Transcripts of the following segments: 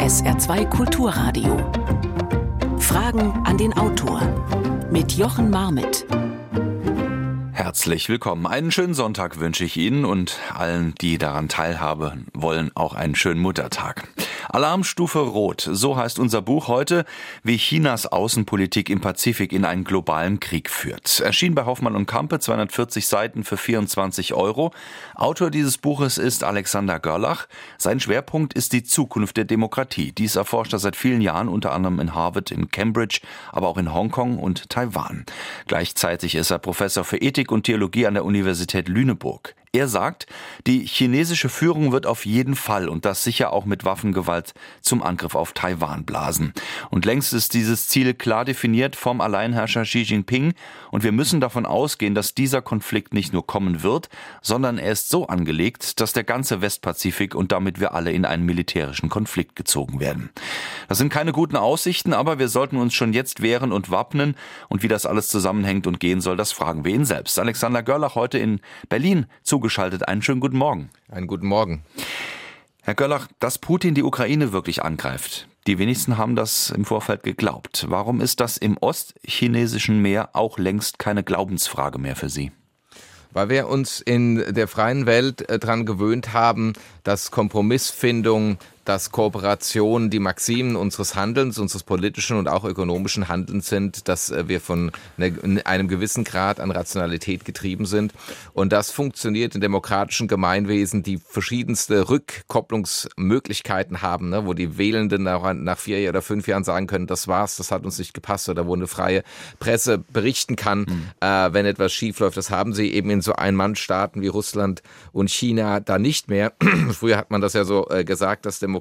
SR2 Kulturradio. Fragen an den Autor mit Jochen Marmitt. Herzlich willkommen. Einen schönen Sonntag wünsche ich Ihnen und allen, die daran teilhaben wollen, auch einen schönen Muttertag. Alarmstufe Rot, so heißt unser Buch heute, wie Chinas Außenpolitik im Pazifik in einen globalen Krieg führt. Erschien bei Hoffmann und Campe, 240 Seiten für 24 €. Autor dieses Buches ist Alexander Görlach. Sein Schwerpunkt ist die Zukunft der Demokratie. Dies erforscht er seit vielen Jahren, unter anderem in Harvard, in Cambridge, aber auch in Hongkong und Taiwan. Gleichzeitig ist er Professor für Ethik und Theologie an der Universität Lüneburg. Er sagt, die chinesische Führung wird auf jeden Fall und das sicher auch mit Waffengewalt zum Angriff auf Taiwan blasen. Und längst ist dieses Ziel klar definiert vom Alleinherrscher Xi Jinping und wir müssen davon ausgehen, dass dieser Konflikt nicht nur kommen wird, sondern er ist so angelegt, dass der ganze Westpazifik und damit wir alle in einen militärischen Konflikt gezogen werden. Das sind keine guten Aussichten, aber wir sollten uns schon jetzt wehren und wappnen und wie das alles zusammenhängt und gehen soll, das fragen wir ihn selbst. Alexander Görlach heute in Berlin zugeschaltet. Einen schönen guten Morgen. Einen guten Morgen. Herr Görlach, dass Putin die Ukraine wirklich angreift, die wenigsten haben das im Vorfeld geglaubt. Warum ist das im ostchinesischen Meer auch längst keine Glaubensfrage mehr für Sie? Weil wir uns in der freien Welt daran gewöhnt haben, dass Kompromissfindung, dass Kooperation die Maximen unseres Handelns, unseres politischen und auch ökonomischen Handelns sind, dass wir von einem gewissen Grad an Rationalität getrieben sind. Und das funktioniert in demokratischen Gemeinwesen, die verschiedenste Rückkopplungsmöglichkeiten haben, wo die Wählenden nach 4 oder 5 Jahren sagen können, das war's, das hat uns nicht gepasst, oder wo eine freie Presse berichten kann, wenn etwas schiefläuft. Das haben sie eben in so Ein-Mann-Staaten wie Russland und China da nicht mehr. Früher hat man das ja so gesagt, dass Demokratien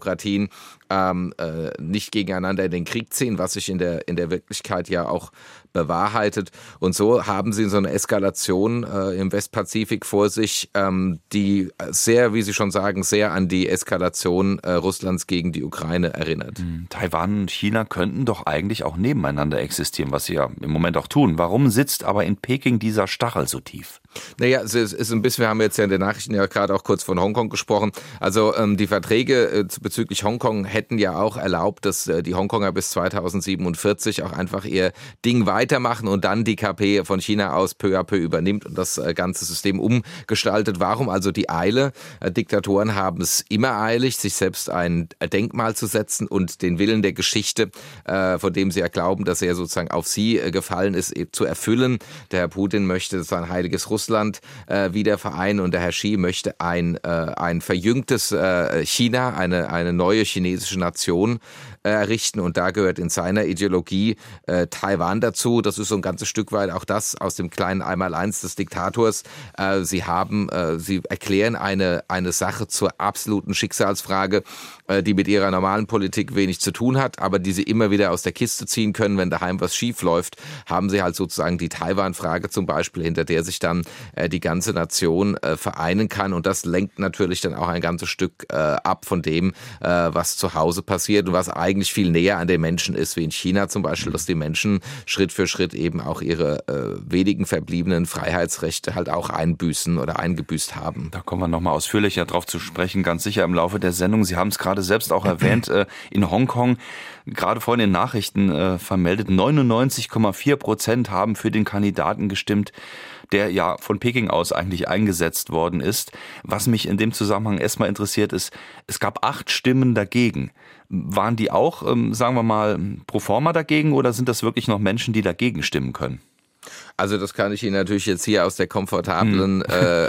nicht gegeneinander in den Krieg ziehen, was sich in der Wirklichkeit ja auch bewahrheitet. Und so haben sie so eine Eskalation im Westpazifik vor sich, die sehr, wie Sie schon sagen, sehr an die Eskalation Russlands gegen die Ukraine erinnert. Taiwan und China könnten doch eigentlich auch nebeneinander existieren, was sie ja im Moment auch tun. Warum sitzt aber in Peking dieser Stachel so tief? Naja, es ist ein bisschen, wir haben jetzt ja in den Nachrichten ja gerade auch kurz von Hongkong gesprochen. Also die Verträge bezüglich Hongkong hätten ja auch erlaubt, dass die Hongkonger bis 2047 auch einfach ihr Ding weitermachen und dann die KP von China aus peu à peu übernimmt und das ganze System umgestaltet. Warum also die Eile? Diktatoren haben es immer eilig, sich selbst ein Denkmal zu setzen und den Willen der Geschichte, von dem sie ja glauben, dass er sozusagen auf sie gefallen ist, zu erfüllen. Der Herr Putin möchte sein heiliges Russland wieder vereinen und der Herr Xi möchte ein verjüngtes China, eine neue chinesische Nation errichten und da gehört in seiner Ideologie Taiwan dazu. Das ist so ein ganzes Stück weit auch das aus dem kleinen Einmaleins des Diktators. Sie erklären eine Sache zur absoluten Schicksalsfrage, die mit ihrer normalen Politik wenig zu tun hat, aber die sie immer wieder aus der Kiste ziehen können, wenn daheim was schief läuft, haben sie halt sozusagen die Taiwan-Frage zum Beispiel, hinter der sich dann die ganze Nation vereinen kann und das lenkt natürlich dann auch ein ganzes Stück ab von dem, was zu Hause passiert und was eigentlich viel näher an den Menschen ist, wie in China zum Beispiel, dass die Menschen Schritt für Schritt eben auch ihre wenigen verbliebenen Freiheitsrechte halt auch einbüßen oder eingebüßt haben. Da kommen wir nochmal ausführlicher drauf zu sprechen, ganz sicher im Laufe der Sendung. Sie haben es gerade selbst auch erwähnt, in Hongkong, gerade vorhin in den Nachrichten vermeldet, 99,4% haben für den Kandidaten gestimmt, der ja von Peking aus eigentlich eingesetzt worden ist. Was mich in dem Zusammenhang erstmal interessiert ist, es gab 8 Stimmen dagegen. Waren die auch, sagen wir mal, pro forma dagegen oder sind das wirklich noch Menschen, die dagegen stimmen können? Also das kann ich Ihnen natürlich jetzt hier aus der dem komfortablen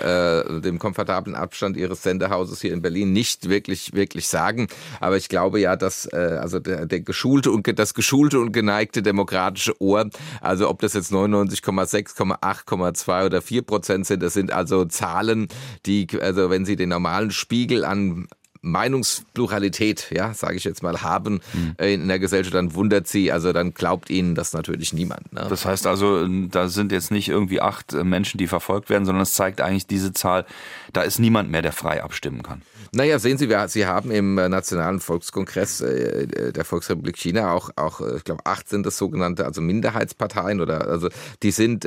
Abstand Ihres Sendehauses hier in Berlin nicht wirklich sagen. Aber ich glaube ja, dass das geschulte und geneigte demokratische Ohr, also ob das jetzt 99,6, 8,2 oder 4% sind, das sind also Zahlen, die, also wenn Sie den normalen Spiegel an Meinungspluralität, ja, sage ich jetzt mal, haben in der Gesellschaft, dann wundert sie, also dann glaubt ihnen das natürlich niemand. Ne? Das heißt also, da sind jetzt nicht irgendwie 8 Menschen, die verfolgt werden, sondern es zeigt eigentlich diese Zahl, da ist niemand mehr, der frei abstimmen kann. Naja, sehen Sie, Sie haben im Nationalen Volkskongress der Volksrepublik China auch ich glaube 8 sind das sogenannte, also Minderheitsparteien die sind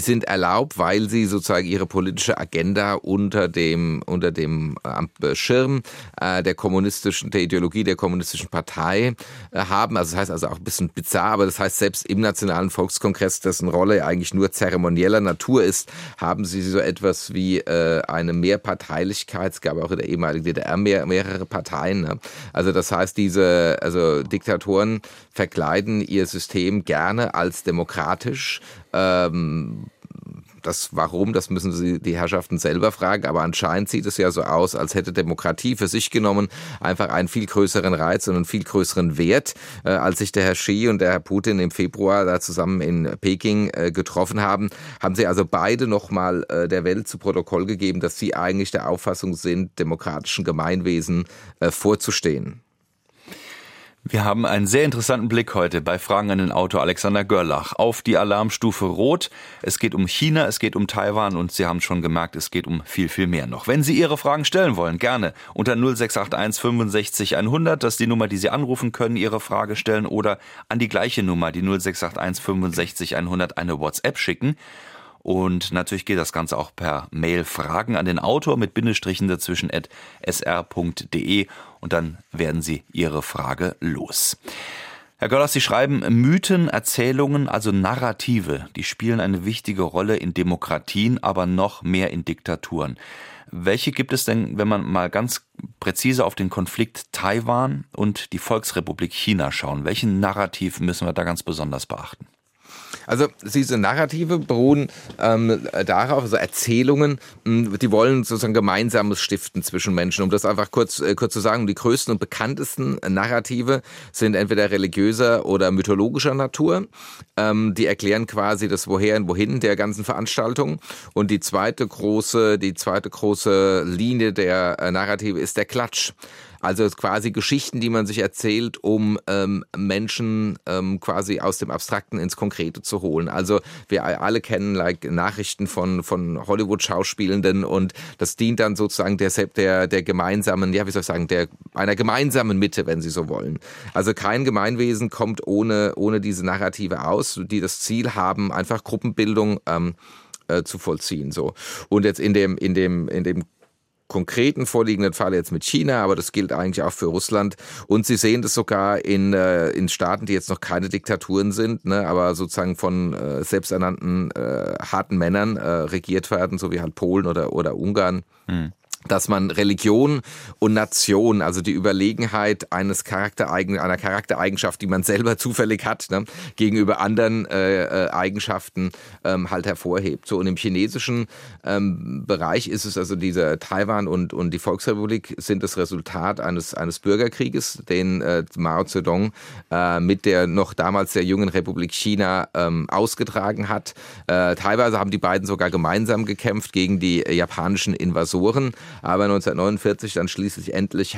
erlaubt, weil sie sozusagen ihre politische Agenda unter dem Schirm Form der Ideologie der kommunistischen Partei haben. Also das heißt also auch ein bisschen bizarr, aber das heißt, selbst im Nationalen Volkskongress, dessen Rolle eigentlich nur zeremonieller Natur ist, haben sie so etwas wie eine Mehrparteilichkeit. Es gab auch in der ehemaligen DDR mehrere Parteien. Ne? Also das heißt, diese Diktatoren verkleiden ihr System gerne als demokratisch. Warum, das müssen Sie die Herrschaften selber fragen, aber anscheinend sieht es ja so aus, als hätte Demokratie für sich genommen einfach einen viel größeren Reiz und einen viel größeren Wert. Als sich der Herr Xi und der Herr Putin im Februar da zusammen in Peking getroffen haben, haben sie also beide nochmal der Welt zu Protokoll gegeben, dass sie eigentlich der Auffassung sind, demokratischen Gemeinwesen vorzustehen. Wir haben einen sehr interessanten Blick heute bei Fragen an den Autor Alexander Görlach auf die Alarmstufe Rot. Es geht um China, es geht um Taiwan und Sie haben schon gemerkt, es geht um viel, viel mehr noch. Wenn Sie Ihre Fragen stellen wollen, gerne unter 0681 65 100. Das ist die Nummer, die Sie anrufen können, Ihre Frage stellen oder an die gleiche Nummer, die 0681 65 100, eine WhatsApp schicken. Und natürlich geht das Ganze auch per Mail Fragen an den Autor mit Bindestrichen dazwischen @sr.de und dann werden Sie Ihre Frage los. Herr Görlach, Sie schreiben, Mythen, Erzählungen, also Narrative, die spielen eine wichtige Rolle in Demokratien, aber noch mehr in Diktaturen. Welche gibt es denn, wenn man mal ganz präzise auf den Konflikt Taiwan und die Volksrepublik China schauen? Welchen Narrativ müssen wir da ganz besonders beachten? Also diese Narrative beruhen darauf, also Erzählungen, die wollen sozusagen Gemeinsames stiften zwischen Menschen. Um das einfach kurz zu sagen, die größten und bekanntesten Narrative sind entweder religiöser oder mythologischer Natur. Die erklären quasi das Woher und Wohin der ganzen Veranstaltung. Und die zweite große Linie der Narrative ist der Klatsch. Also quasi Geschichten, die man sich erzählt, um Menschen quasi aus dem Abstrakten ins Konkrete zu holen. Also wir alle kennen Nachrichten von Hollywood-Schauspielenden und das dient dann sozusagen der gemeinsamen, einer gemeinsamen Mitte, wenn Sie so wollen. Also kein Gemeinwesen kommt ohne diese Narrative aus, die das Ziel haben, einfach Gruppenbildung zu vollziehen. So. Und jetzt in dem konkreten vorliegenden Fall jetzt mit China, aber das gilt eigentlich auch für Russland. Und Sie sehen das sogar in Staaten, die jetzt noch keine Diktaturen sind, ne, aber sozusagen von selbsternannten harten Männern regiert werden, so wie halt Polen oder Ungarn. Dass man Religion und Nation, also die Überlegenheit einer Charaktereigenschaft, die man selber zufällig hat, ne, gegenüber anderen Eigenschaften halt hervorhebt. So, und im chinesischen Bereich ist es also dieser Taiwan und die Volksrepublik sind das Resultat eines Bürgerkrieges, den Mao Zedong mit der noch damals sehr jungen Republik China ausgetragen hat. Teilweise haben die beiden sogar gemeinsam gekämpft gegen die japanischen Invasoren. Aber 1949 dann schließlich endlich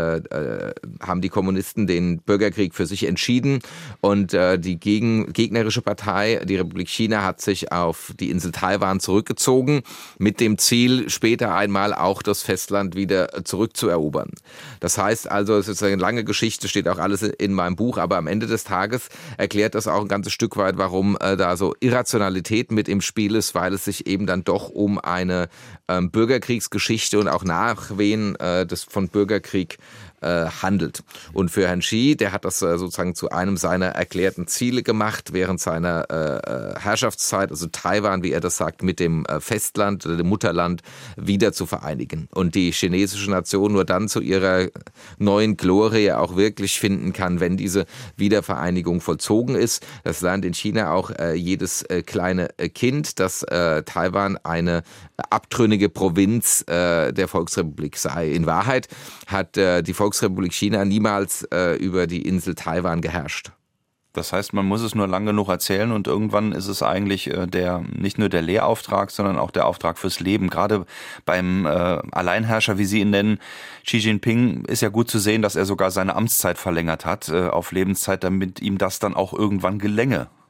haben die Kommunisten den Bürgerkrieg für sich entschieden und die gegnerische Partei, die Republik China, hat sich auf die Insel Taiwan zurückgezogen mit dem Ziel, später einmal auch das Festland wieder zurückzuerobern. Das heißt also, es ist eine lange Geschichte, steht auch alles in meinem Buch, aber am Ende des Tages erklärt das auch ein ganzes Stück weit, warum da so Irrationalität mit im Spiel ist, weil es sich eben dann doch um eine Bürgerkriegsgeschichte und auch Nachwehen von Bürgerkrieg handelt. Und für Herrn Xi, der hat das sozusagen zu einem seiner erklärten Ziele gemacht während seiner Herrschaftszeit, also Taiwan, wie er das sagt, mit dem Festland oder dem Mutterland wieder zu vereinigen. Und die chinesische Nation nur dann zu ihrer neuen Glorie auch wirklich finden kann, wenn diese Wiedervereinigung vollzogen ist. Das lernt in China auch jedes kleine Kind, dass Taiwan eine abtrünnige Provinz der Volksrepublik sei. In Wahrheit hat die Volksrepublik China niemals über die Insel Taiwan geherrscht. Das heißt, man muss es nur lang genug erzählen und irgendwann ist es eigentlich nicht nur der Lehrauftrag, sondern auch der Auftrag fürs Leben. Gerade beim Alleinherrscher, wie Sie ihn nennen, Xi Jinping, ist ja gut zu sehen, dass er sogar seine Amtszeit verlängert hat auf Lebenszeit, damit ihm das dann auch irgendwann gelänge.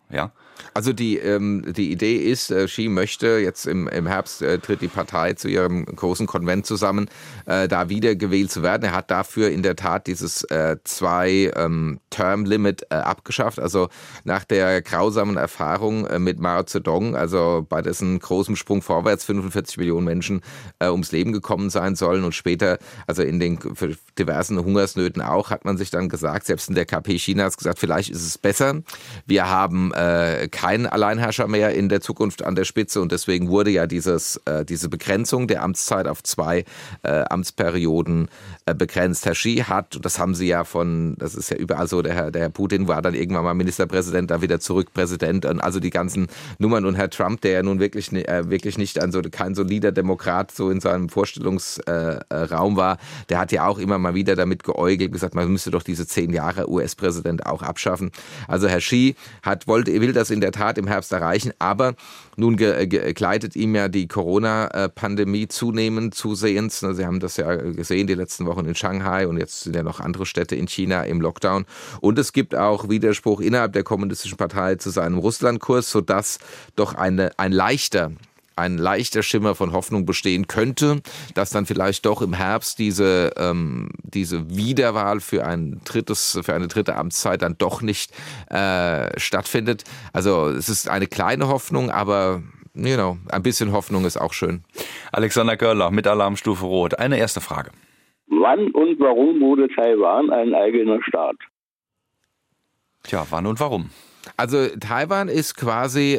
ja? Also die Idee ist, Xi möchte jetzt im Herbst tritt die Partei zu ihrem großen Konvent zusammen, da wiedergewählt zu werden. Er hat dafür in der Tat dieses 2-Term-Limit abgeschafft. Also nach der grausamen Erfahrung mit Mao Zedong, also bei dessen großem Sprung vorwärts 45 Millionen Menschen ums Leben gekommen sein sollen und später, also in den diversen Hungersnöten auch, hat man sich dann gesagt, selbst in der KP Chinas gesagt, vielleicht ist es besser. Wir haben kein Alleinherrscher mehr in der Zukunft an der Spitze und deswegen wurde ja diese Begrenzung der Amtszeit auf 2 Amtsperioden begrenzt. Herr Xi hat, das haben Sie ja das ist ja überall so, der Herr Putin war dann irgendwann mal Ministerpräsident, dann wieder zurück Präsident und also die ganzen Nummern und Herr Trump, der ja nun wirklich nicht kein solider Demokrat so in seinem Vorstellungsraum war, der hat ja auch immer mal wieder damit geäugelt, gesagt, man müsste doch diese 10 Jahre US-Präsident auch abschaffen. Also Herr Xi will das in der Tat im Herbst erreichen, aber nun gleitet ihm ja die Corona-Pandemie zusehends. Sie haben das ja gesehen, die letzten Wochen in Shanghai und jetzt sind ja noch andere Städte in China im Lockdown. Und es gibt auch Widerspruch innerhalb der Kommunistischen Partei zu seinem Russlandkurs, sodass doch ein leichter Schimmer von Hoffnung bestehen könnte, dass dann vielleicht doch im Herbst diese Wiederwahl für eine dritte Amtszeit dann doch nicht stattfindet. Also es ist eine kleine Hoffnung, aber ein bisschen Hoffnung ist auch schön. Alexander Görler mit Alarmstufe Rot. Eine erste Frage. Wann und warum wurde Taiwan ein eigener Staat? Tja, wann und warum? Also Taiwan ist quasi,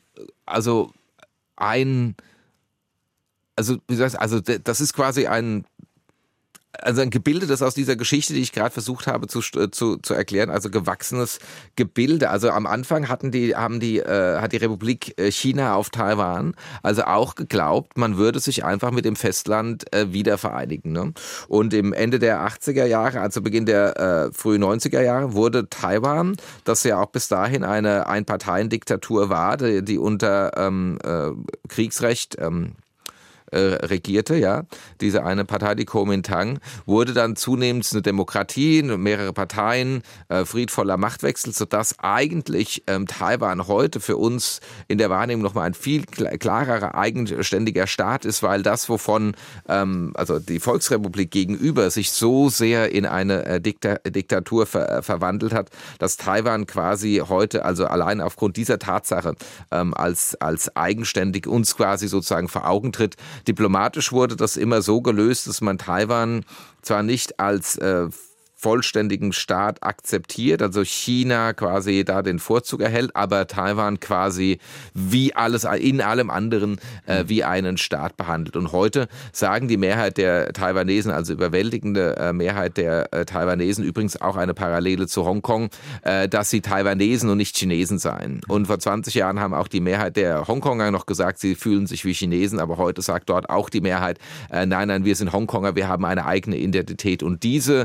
das ist quasi ein Gebilde, das aus dieser Geschichte, die ich gerade versucht habe zu erklären, also gewachsenes Gebilde. Also am Anfang hat die Republik China auf Taiwan also auch geglaubt, man würde sich einfach mit dem Festland wieder vereinigen. Ne? Und im Ende der 80er Jahre, also Beginn der frühen 90er Jahre, wurde Taiwan, das ja auch bis dahin eine Einparteiendiktatur war, die unter Kriegsrecht regierte, ja, diese eine Partei, die Kuomintang, wurde dann zunehmend eine Demokratie, mehrere Parteien, friedvoller Machtwechsel, sodass eigentlich Taiwan heute für uns in der Wahrnehmung nochmal ein viel klarerer, eigenständiger Staat ist, weil das, wovon also die Volksrepublik gegenüber sich so sehr in eine Diktatur verwandelt hat, dass Taiwan quasi heute, also allein aufgrund dieser Tatsache als eigenständig uns quasi sozusagen vor Augen tritt. Diplomatisch wurde das immer so gelöst, dass man Taiwan zwar nicht als vollständigen Staat akzeptiert, also China quasi da den Vorzug erhält, aber Taiwan quasi wie alles in allem anderen wie einen Staat behandelt. Und heute sagen die Mehrheit der Taiwanesen, also überwältigende Mehrheit der Taiwanesen, übrigens auch eine Parallele zu Hongkong, dass sie Taiwanesen und nicht Chinesen seien. Und vor 20 Jahren haben auch die Mehrheit der Hongkonger noch gesagt, sie fühlen sich wie Chinesen, aber heute sagt dort auch die Mehrheit, nein, wir sind Hongkonger, wir haben eine eigene Identität. Und diese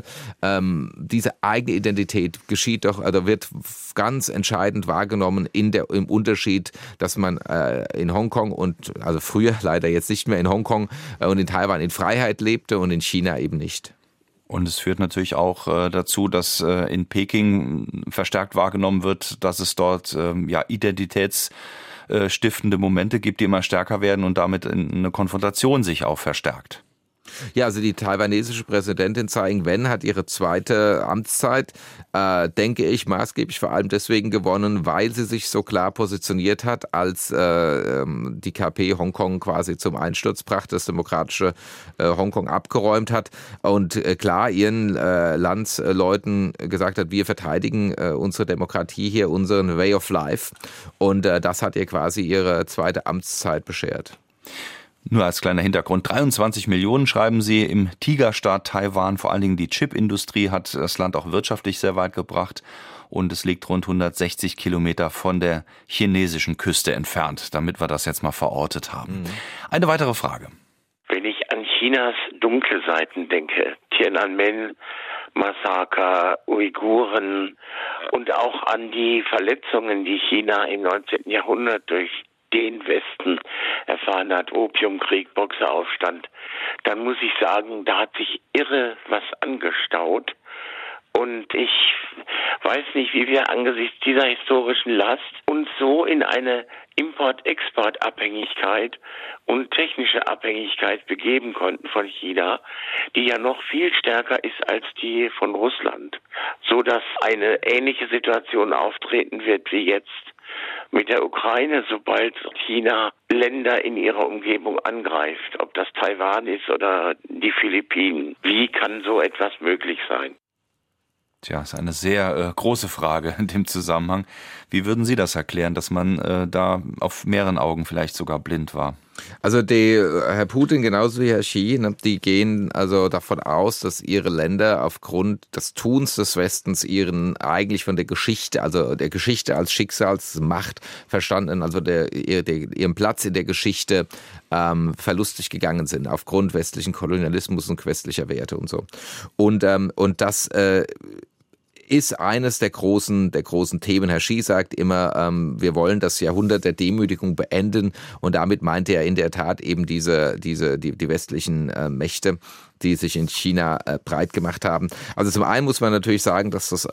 eigene Identität wird ganz entscheidend wahrgenommen im Unterschied, dass man in Hongkong und also früher leider jetzt nicht mehr in Hongkong und in Taiwan in Freiheit lebte und in China eben nicht. Und es führt natürlich auch dazu, dass in Peking verstärkt wahrgenommen wird, dass es dort identitätsstiftende Momente gibt, die immer stärker werden und damit eine Konfrontation sich auch verstärkt. Ja, also die taiwanesische Präsidentin Tsai Ing-wen hat ihre zweite Amtszeit, denke ich, maßgeblich vor allem deswegen gewonnen, weil sie sich so klar positioniert hat, als die KP Hongkong quasi zum Einsturz brachte, das demokratische Hongkong abgeräumt hat und klar ihren Landsleuten gesagt hat, wir verteidigen unsere Demokratie hier, unseren Way of Life. Und das hat ihr quasi ihre zweite Amtszeit beschert. Nur als kleiner Hintergrund, 23 Millionen schreiben Sie im Tigerstaat Taiwan. Vor allen Dingen die Chipindustrie hat das Land auch wirtschaftlich sehr weit gebracht und es liegt rund 160 Kilometer von der chinesischen Küste entfernt, damit wir das jetzt mal verortet haben. Eine weitere Frage. Wenn ich an Chinas dunkle Seiten denke, Tiananmen, Massaker, Uiguren und auch an die Verletzungen, die China im 19. Jahrhundert durch den Westen erfahren hat, Opiumkrieg, Boxeraufstand, dann muss ich sagen, da hat sich irre was angestaut. Und ich weiß nicht, wie wir angesichts dieser historischen Last uns so in eine Import-Export-Abhängigkeit und technische Abhängigkeit begeben konnten von China, die ja noch viel stärker ist als die von Russland, so dass eine ähnliche Situation auftreten wird wie jetzt mit der Ukraine, sobald China Länder in ihrer Umgebung angreift, ob das Taiwan ist oder die Philippinen. Wie kann so etwas möglich sein? Tja, ist eine sehr große Frage in dem Zusammenhang. Wie würden Sie das erklären, dass man da auf mehreren Augen vielleicht sogar blind war? Also Herr Putin genauso wie Herr Xi, die gehen also davon aus, dass ihre Länder aufgrund des Tuns des Westens ihren eigentlich von der Geschichte, also der Geschichte als Schicksalsmacht verstanden, also ihren Platz in der Geschichte verlustig gegangen sind aufgrund westlichen Kolonialismus und westlicher Werte und so. Und das ist eines der großen Themen. Herr Xi sagt immer, wir wollen das Jahrhundert der Demütigung beenden, und damit meinte er in der Tat eben die westlichen Mächte, die sich in China breit gemacht haben. Also zum einen muss man natürlich sagen, dass das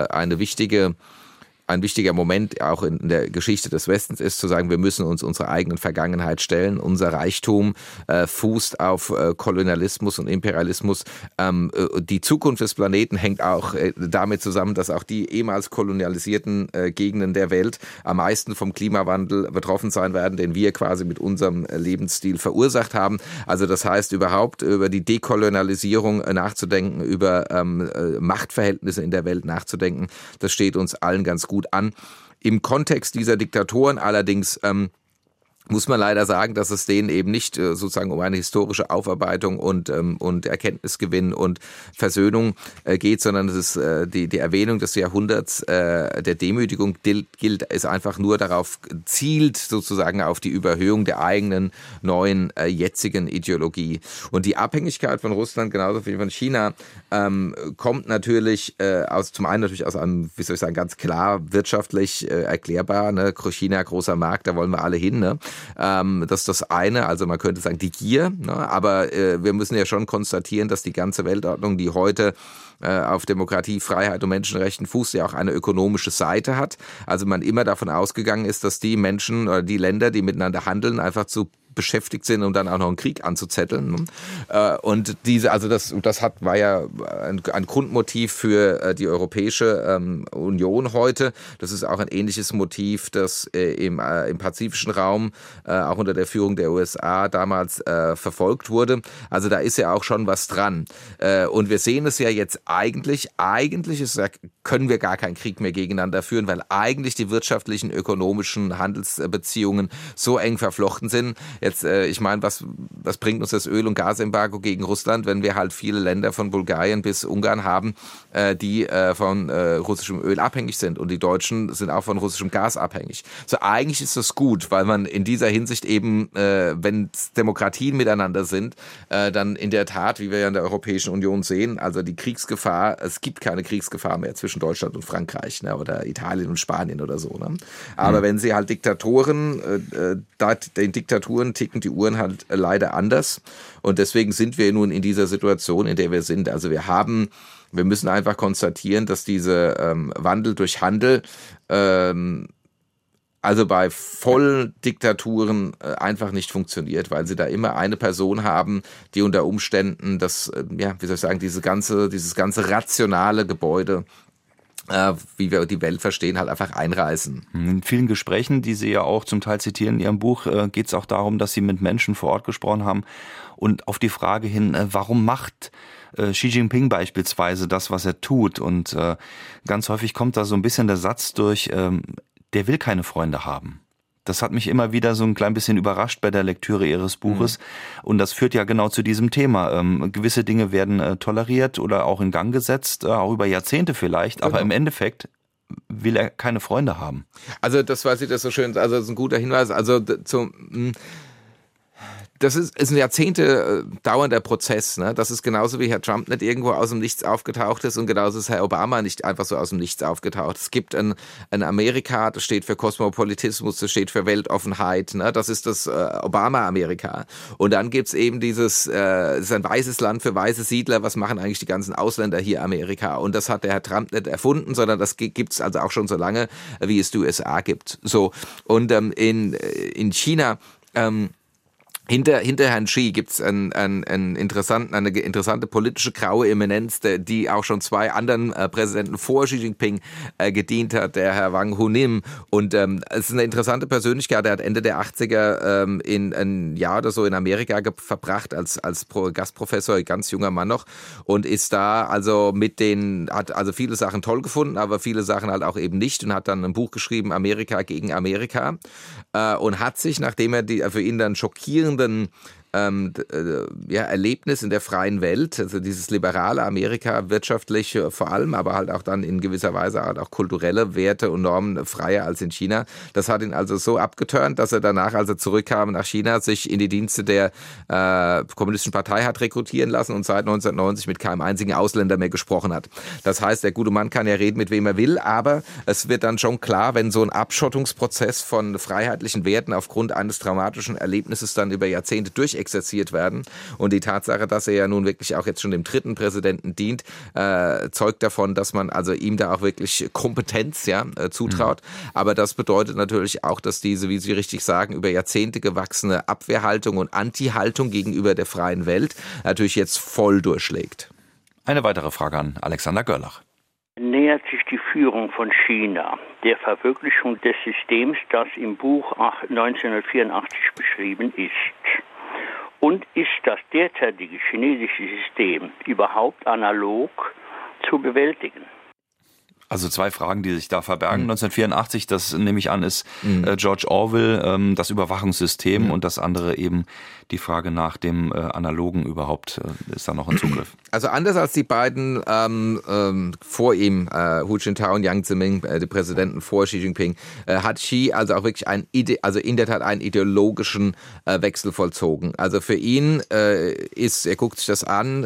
ein wichtiger Moment auch in der Geschichte des Westens ist, zu sagen, wir müssen uns unserer eigenen Vergangenheit stellen. Unser Reichtum fußt auf Kolonialismus und Imperialismus. Die Zukunft des Planeten hängt auch damit zusammen, dass auch die ehemals kolonialisierten Gegenden der Welt am meisten vom Klimawandel betroffen sein werden, den wir quasi mit unserem Lebensstil verursacht haben. Also das heißt, überhaupt über die Dekolonialisierung nachzudenken, über Machtverhältnisse in der Welt nachzudenken, das steht uns allen ganz gut an. Im Kontext dieser Diktatoren allerdings muss man leider sagen, dass es denen eben nicht sozusagen um eine historische Aufarbeitung und Erkenntnisgewinn und Versöhnung geht, sondern es ist die Erwähnung des Jahrhunderts der Demütigung ist einfach nur darauf zielt, sozusagen auf die Überhöhung der eigenen neuen jetzigen Ideologie. Und die Abhängigkeit von Russland, genauso wie von China, kommt natürlich zum einen natürlich aus einem, wie soll ich sagen, ganz klar wirtschaftlich erklärbar, ne? China, großer Markt, da wollen wir alle hin, ne? Das ist das eine, also man könnte sagen die Gier, ne? Aber wir müssen ja schon konstatieren, dass die ganze Weltordnung, die heute auf Demokratie, Freiheit und Menschenrechten fußt, ja auch eine ökonomische Seite hat. Also man immer davon ausgegangen ist, dass die Menschen oder die Länder, die miteinander handeln, einfach zu beschäftigt sind, um dann auch noch einen Krieg anzuzetteln. Und das war ja ein Grundmotiv für die Europäische Union heute. Das ist auch ein ähnliches Motiv, das im pazifischen Raum auch unter der Führung der USA damals verfolgt wurde. Also da ist ja auch schon was dran. Und wir sehen es ja jetzt eigentlich können wir gar keinen Krieg mehr gegeneinander führen, weil eigentlich die wirtschaftlichen, ökonomischen Handelsbeziehungen so eng verflochten sind. Jetzt, ich meine, was bringt uns das Öl- und Gasembargo gegen Russland, wenn wir halt viele Länder von Bulgarien bis Ungarn haben, die von russischem Öl abhängig sind, und die Deutschen sind auch von russischem Gas abhängig. So eigentlich ist das gut, weil man in dieser Hinsicht eben, wenn Demokratien miteinander sind, dann in der Tat, wie wir ja in der Europäischen Union sehen, also die Kriegsgefahr, es gibt keine Kriegsgefahr mehr zwischen Deutschland und Frankreich, ne, oder Italien und Spanien oder so. Ne? Aber wenn sie halt den Diktaturen ticken die Uhren halt leider anders, und deswegen sind wir nun in dieser Situation, in der wir sind. Also wir müssen einfach konstatieren, dass dieser Wandel durch Handel also bei Volldiktaturen einfach nicht funktioniert, weil sie da immer eine Person haben, die unter Umständen dieses ganze rationale Gebäude, wie wir die Welt verstehen, halt einfach einreißen. In vielen Gesprächen, die Sie ja auch zum Teil zitieren in Ihrem Buch, geht es auch darum, dass Sie mit Menschen vor Ort gesprochen haben und auf die Frage hin, warum macht Xi Jinping beispielsweise das, was er tut? Und ganz häufig kommt da so ein bisschen der Satz durch, der will keine Freunde haben. Das hat mich immer wieder so ein klein bisschen überrascht bei der Lektüre Ihres Buches. Und das führt ja genau zu diesem Thema. Gewisse Dinge werden toleriert oder auch in Gang gesetzt, auch über Jahrzehnte vielleicht. Genau. Aber im Endeffekt will er keine Freunde haben. Also das, was Sie das so schön, also das ist ein guter Hinweis. Also Das ist ein Jahrzehnte dauernder Prozess. Ne? Das ist genauso wie Herr Trump nicht irgendwo aus dem Nichts aufgetaucht ist und genauso ist Herr Obama nicht einfach so aus dem Nichts aufgetaucht. Es gibt ein Amerika, das steht für Kosmopolitismus, das steht für Weltoffenheit. Ne? Das ist das Obama-Amerika. Und dann gibt's eben es ist ein weißes Land für weiße Siedler. Was machen eigentlich die ganzen Ausländer hier Amerika? Und das hat der Herr Trump nicht erfunden, sondern das gibt's also auch schon so lange, wie es die USA gibt. So. Und in China hinter Herrn Xi gibt's eine interessante politische graue Eminenz, die auch schon zwei anderen Präsidenten vor Xi Jinping gedient hat, der Herr Wang Hunim. Und es ist eine interessante Persönlichkeit. Der hat Ende der 80er in ein Jahr oder so in Amerika verbracht als Gastprofessor, ganz junger Mann noch, und ist da also hat also viele Sachen toll gefunden, aber viele Sachen halt auch eben nicht, und hat dann ein Buch geschrieben, Amerika gegen Amerika, und hat sich, nachdem er für ihn dann schockierenden Erlebnis in der freien Welt, also dieses liberale Amerika, wirtschaftlich vor allem, aber halt auch dann in gewisser Weise halt auch kulturelle Werte und Normen freier als in China. Das hat ihn also so abgeturnt, dass er danach, als er zurückkam nach China, sich in die Dienste der Kommunistischen Partei hat rekrutieren lassen und seit 1990 mit keinem einzigen Ausländer mehr gesprochen hat. Das heißt, der gute Mann kann ja reden, mit wem er will, aber es wird dann schon klar, wenn so ein Abschottungsprozess von freiheitlichen Werten aufgrund eines traumatischen Erlebnisses dann über Jahrzehnte durchexerziert werden. Und die Tatsache, dass er ja nun wirklich auch jetzt schon dem dritten Präsidenten dient, zeugt davon, dass man also ihm da auch wirklich Kompetenz zutraut. Aber das bedeutet natürlich auch, dass diese, wie Sie richtig sagen, über Jahrzehnte gewachsene Abwehrhaltung und Anti-Haltung gegenüber der freien Welt natürlich jetzt voll durchschlägt. Eine weitere Frage an Alexander Görlach. Nähert sich die Führung von China der Verwirklichung des Systems, das im Buch 1984 beschrieben ist? Und ist das derzeitige chinesische System überhaupt analog zu bewältigen? Also zwei Fragen, die sich da verbergen. 1984, das nehme ich an, ist George Orwell, das Überwachungssystem, und das andere eben die Frage nach dem Analogen überhaupt, ist da noch ein Zugriff. Also anders als die beiden vor ihm, Hu Jintao und Jiang Zemin, die Präsidenten vor Xi Jinping, hat Xi also auch wirklich in der Tat einen ideologischen Wechsel vollzogen. Also für ihn er guckt sich das an,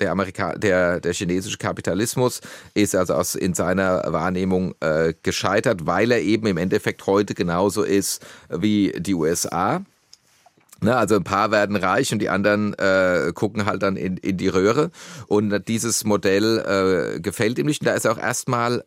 der chinesische Kapitalismus ist also in seiner Wahrnehmung gescheitert, weil er eben im Endeffekt heute genauso ist wie die USA. Also ein paar werden reich und die anderen gucken halt dann in die Röhre. Und dieses Modell gefällt ihm nicht. Und da ist auch erstmal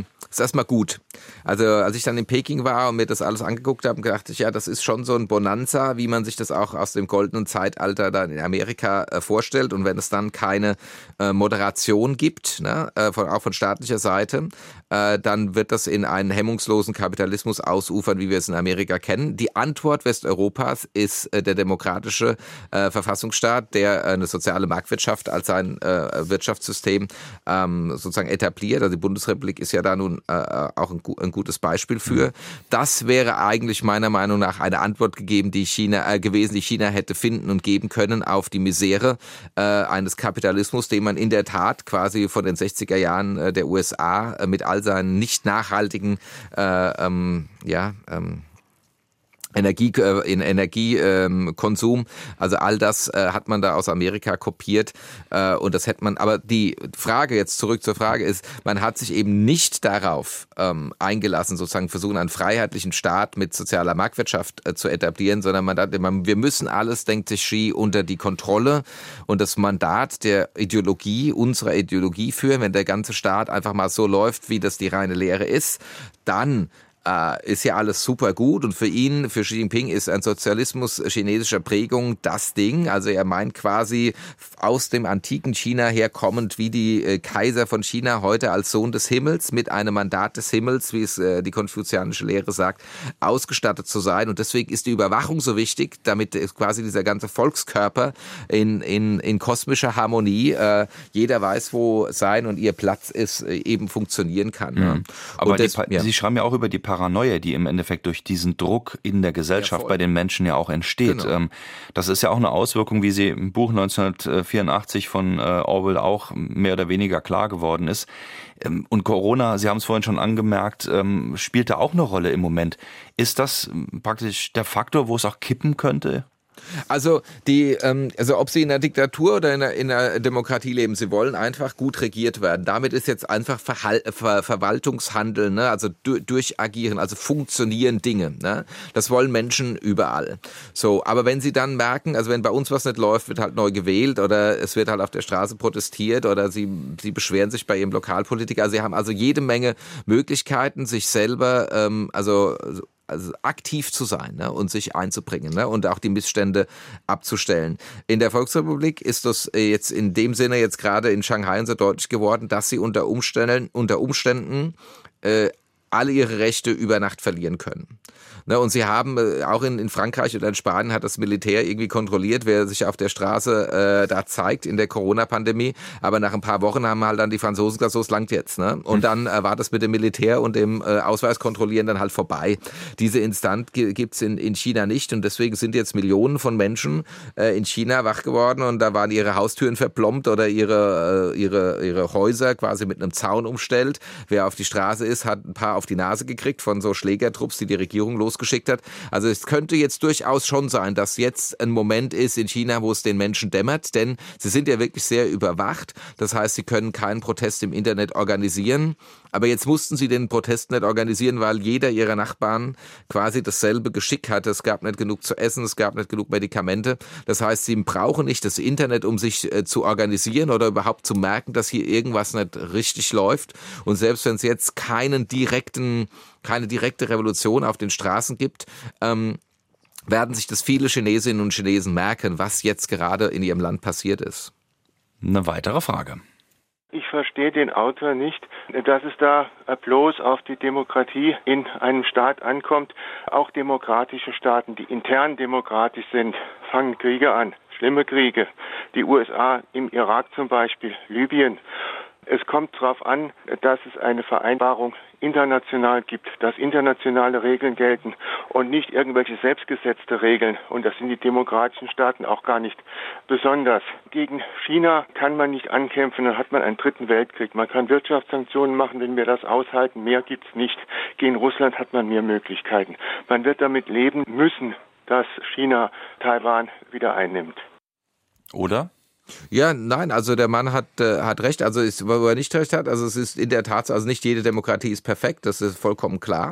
gut. Also als ich dann in Peking war und mir das alles angeguckt habe, dachte ich, ja, das ist schon so ein Bonanza, wie man sich das auch aus dem goldenen Zeitalter dann in Amerika vorstellt. Und wenn es dann keine Moderation gibt, auch von staatlicher Seite, dann wird das in einen hemmungslosen Kapitalismus ausufern, wie wir es in Amerika kennen. Die Antwort Westeuropas ist der demokratische Verfassungsstaat, der eine soziale Marktwirtschaft als sein Wirtschaftssystem sozusagen etabliert. Also die Bundesrepublik ist ja da nun auch ein gutes Beispiel für. Das wäre eigentlich meiner Meinung nach eine Antwort gewesen, die China hätte finden und geben können auf die Misere eines Kapitalismus, den man in der Tat quasi von den 60er Jahren der USA mit all seinen nicht nachhaltigen Energiekonsum, also all das hat man da aus Amerika kopiert und das hätte man, aber die Frage jetzt zurück zur Frage ist, man hat sich eben nicht darauf eingelassen, sozusagen versuchen, einen freiheitlichen Staat mit sozialer Marktwirtschaft zu etablieren, sondern wir müssen alles, denkt sich Xi, unter die Kontrolle und das Mandat der Ideologie, unserer Ideologie führen. Wenn der ganze Staat einfach mal so läuft, wie das die reine Lehre ist, dann ist ja alles super gut und für Xi Jinping ist ein Sozialismus chinesischer Prägung das Ding. Also er meint quasi aus dem antiken China herkommend wie die Kaiser von China heute als Sohn des Himmels mit einem Mandat des Himmels, wie es die konfuzianische Lehre sagt, ausgestattet zu sein. Und deswegen ist die Überwachung so wichtig, damit quasi dieser ganze Volkskörper in kosmischer Harmonie, jeder weiß, wo sein und ihr Platz ist, eben funktionieren kann. Ja. Aber Sie schreiben ja auch über die Paranoia, die im Endeffekt durch diesen Druck in der Gesellschaft bei den Menschen ja auch entsteht. Genau. Das ist ja auch eine Auswirkung, wie sie im Buch 1984 von Orwell auch mehr oder weniger klar geworden ist. Und Corona, Sie haben es vorhin schon angemerkt, spielt da auch eine Rolle im Moment. Ist das praktisch der Faktor, wo es auch kippen könnte? Also ob Sie in einer Diktatur oder in einer Demokratie leben, Sie wollen einfach gut regiert werden. Damit ist jetzt einfach Verwaltungshandeln, ne? Also durchagieren, also funktionieren Dinge. Ne? Das wollen Menschen überall. So, aber wenn Sie dann merken, also wenn bei uns was nicht läuft, wird halt neu gewählt oder es wird halt auf der Straße protestiert oder Sie beschweren sich bei Ihrem Lokalpolitiker. Also Sie haben also jede Menge Möglichkeiten, sich selber also aktiv zu sein, ne, und sich einzubringen, ne, und auch die Missstände abzustellen. In der Volksrepublik ist das jetzt in dem Sinne jetzt gerade in Shanghai so deutlich geworden, dass sie unter Umständen alle ihre Rechte über Nacht verlieren können. Ne, und sie haben auch in Frankreich oder in Spanien hat das Militär irgendwie kontrolliert, wer sich auf der Straße da zeigt in der Corona-Pandemie. Aber nach ein paar Wochen haben halt dann die Franzosen gesagt, so es langt jetzt. Ne? Und dann war das mit dem Militär und dem Ausweis kontrollieren dann halt vorbei. Diese Instanz gibt's in China nicht und deswegen sind jetzt Millionen von Menschen in China wach geworden und da waren ihre Haustüren verplombt oder ihre Häuser quasi mit einem Zaun umstellt. Wer auf die Straße ist, hat ein paar auf die Nase gekriegt von so Schlägertrupps, die Regierung losgeschickt hat. Also es könnte jetzt durchaus schon sein, dass jetzt ein Moment ist in China, wo es den Menschen dämmert, denn sie sind ja wirklich sehr überwacht. Das heißt, sie können keinen Protest im Internet organisieren. Aber jetzt mussten sie den Protest nicht organisieren, weil jeder ihrer Nachbarn quasi dasselbe Geschick hatte. Es gab nicht genug zu essen, es gab nicht genug Medikamente. Das heißt, sie brauchen nicht das Internet, um sich zu organisieren oder überhaupt zu merken, dass hier irgendwas nicht richtig läuft. Und selbst wenn es jetzt keine direkte Revolution auf den Straßen gibt, werden sich das viele Chinesinnen und Chinesen merken, was jetzt gerade in ihrem Land passiert ist. Eine weitere Frage. Ich verstehe den Autor nicht, dass es da bloß auf die Demokratie in einem Staat ankommt. Auch demokratische Staaten, die intern demokratisch sind, fangen Kriege an. Schlimme Kriege. Die USA im Irak zum Beispiel, Libyen. Es kommt darauf an, dass es eine Vereinbarung international gibt, dass internationale Regeln gelten und nicht irgendwelche selbstgesetzte Regeln. Und das sind die demokratischen Staaten auch gar nicht besonders. Gegen China kann man nicht ankämpfen, dann hat man einen dritten Weltkrieg. Man kann Wirtschaftssanktionen machen, wenn wir das aushalten. Mehr gibt's nicht. Gegen Russland hat man mehr Möglichkeiten. Man wird damit leben müssen, dass China Taiwan wieder einnimmt. Oder? Ja, nein, also der Mann hat recht, also wo er nicht recht hat, also es ist in der Tat, also nicht jede Demokratie ist perfekt, das ist vollkommen klar.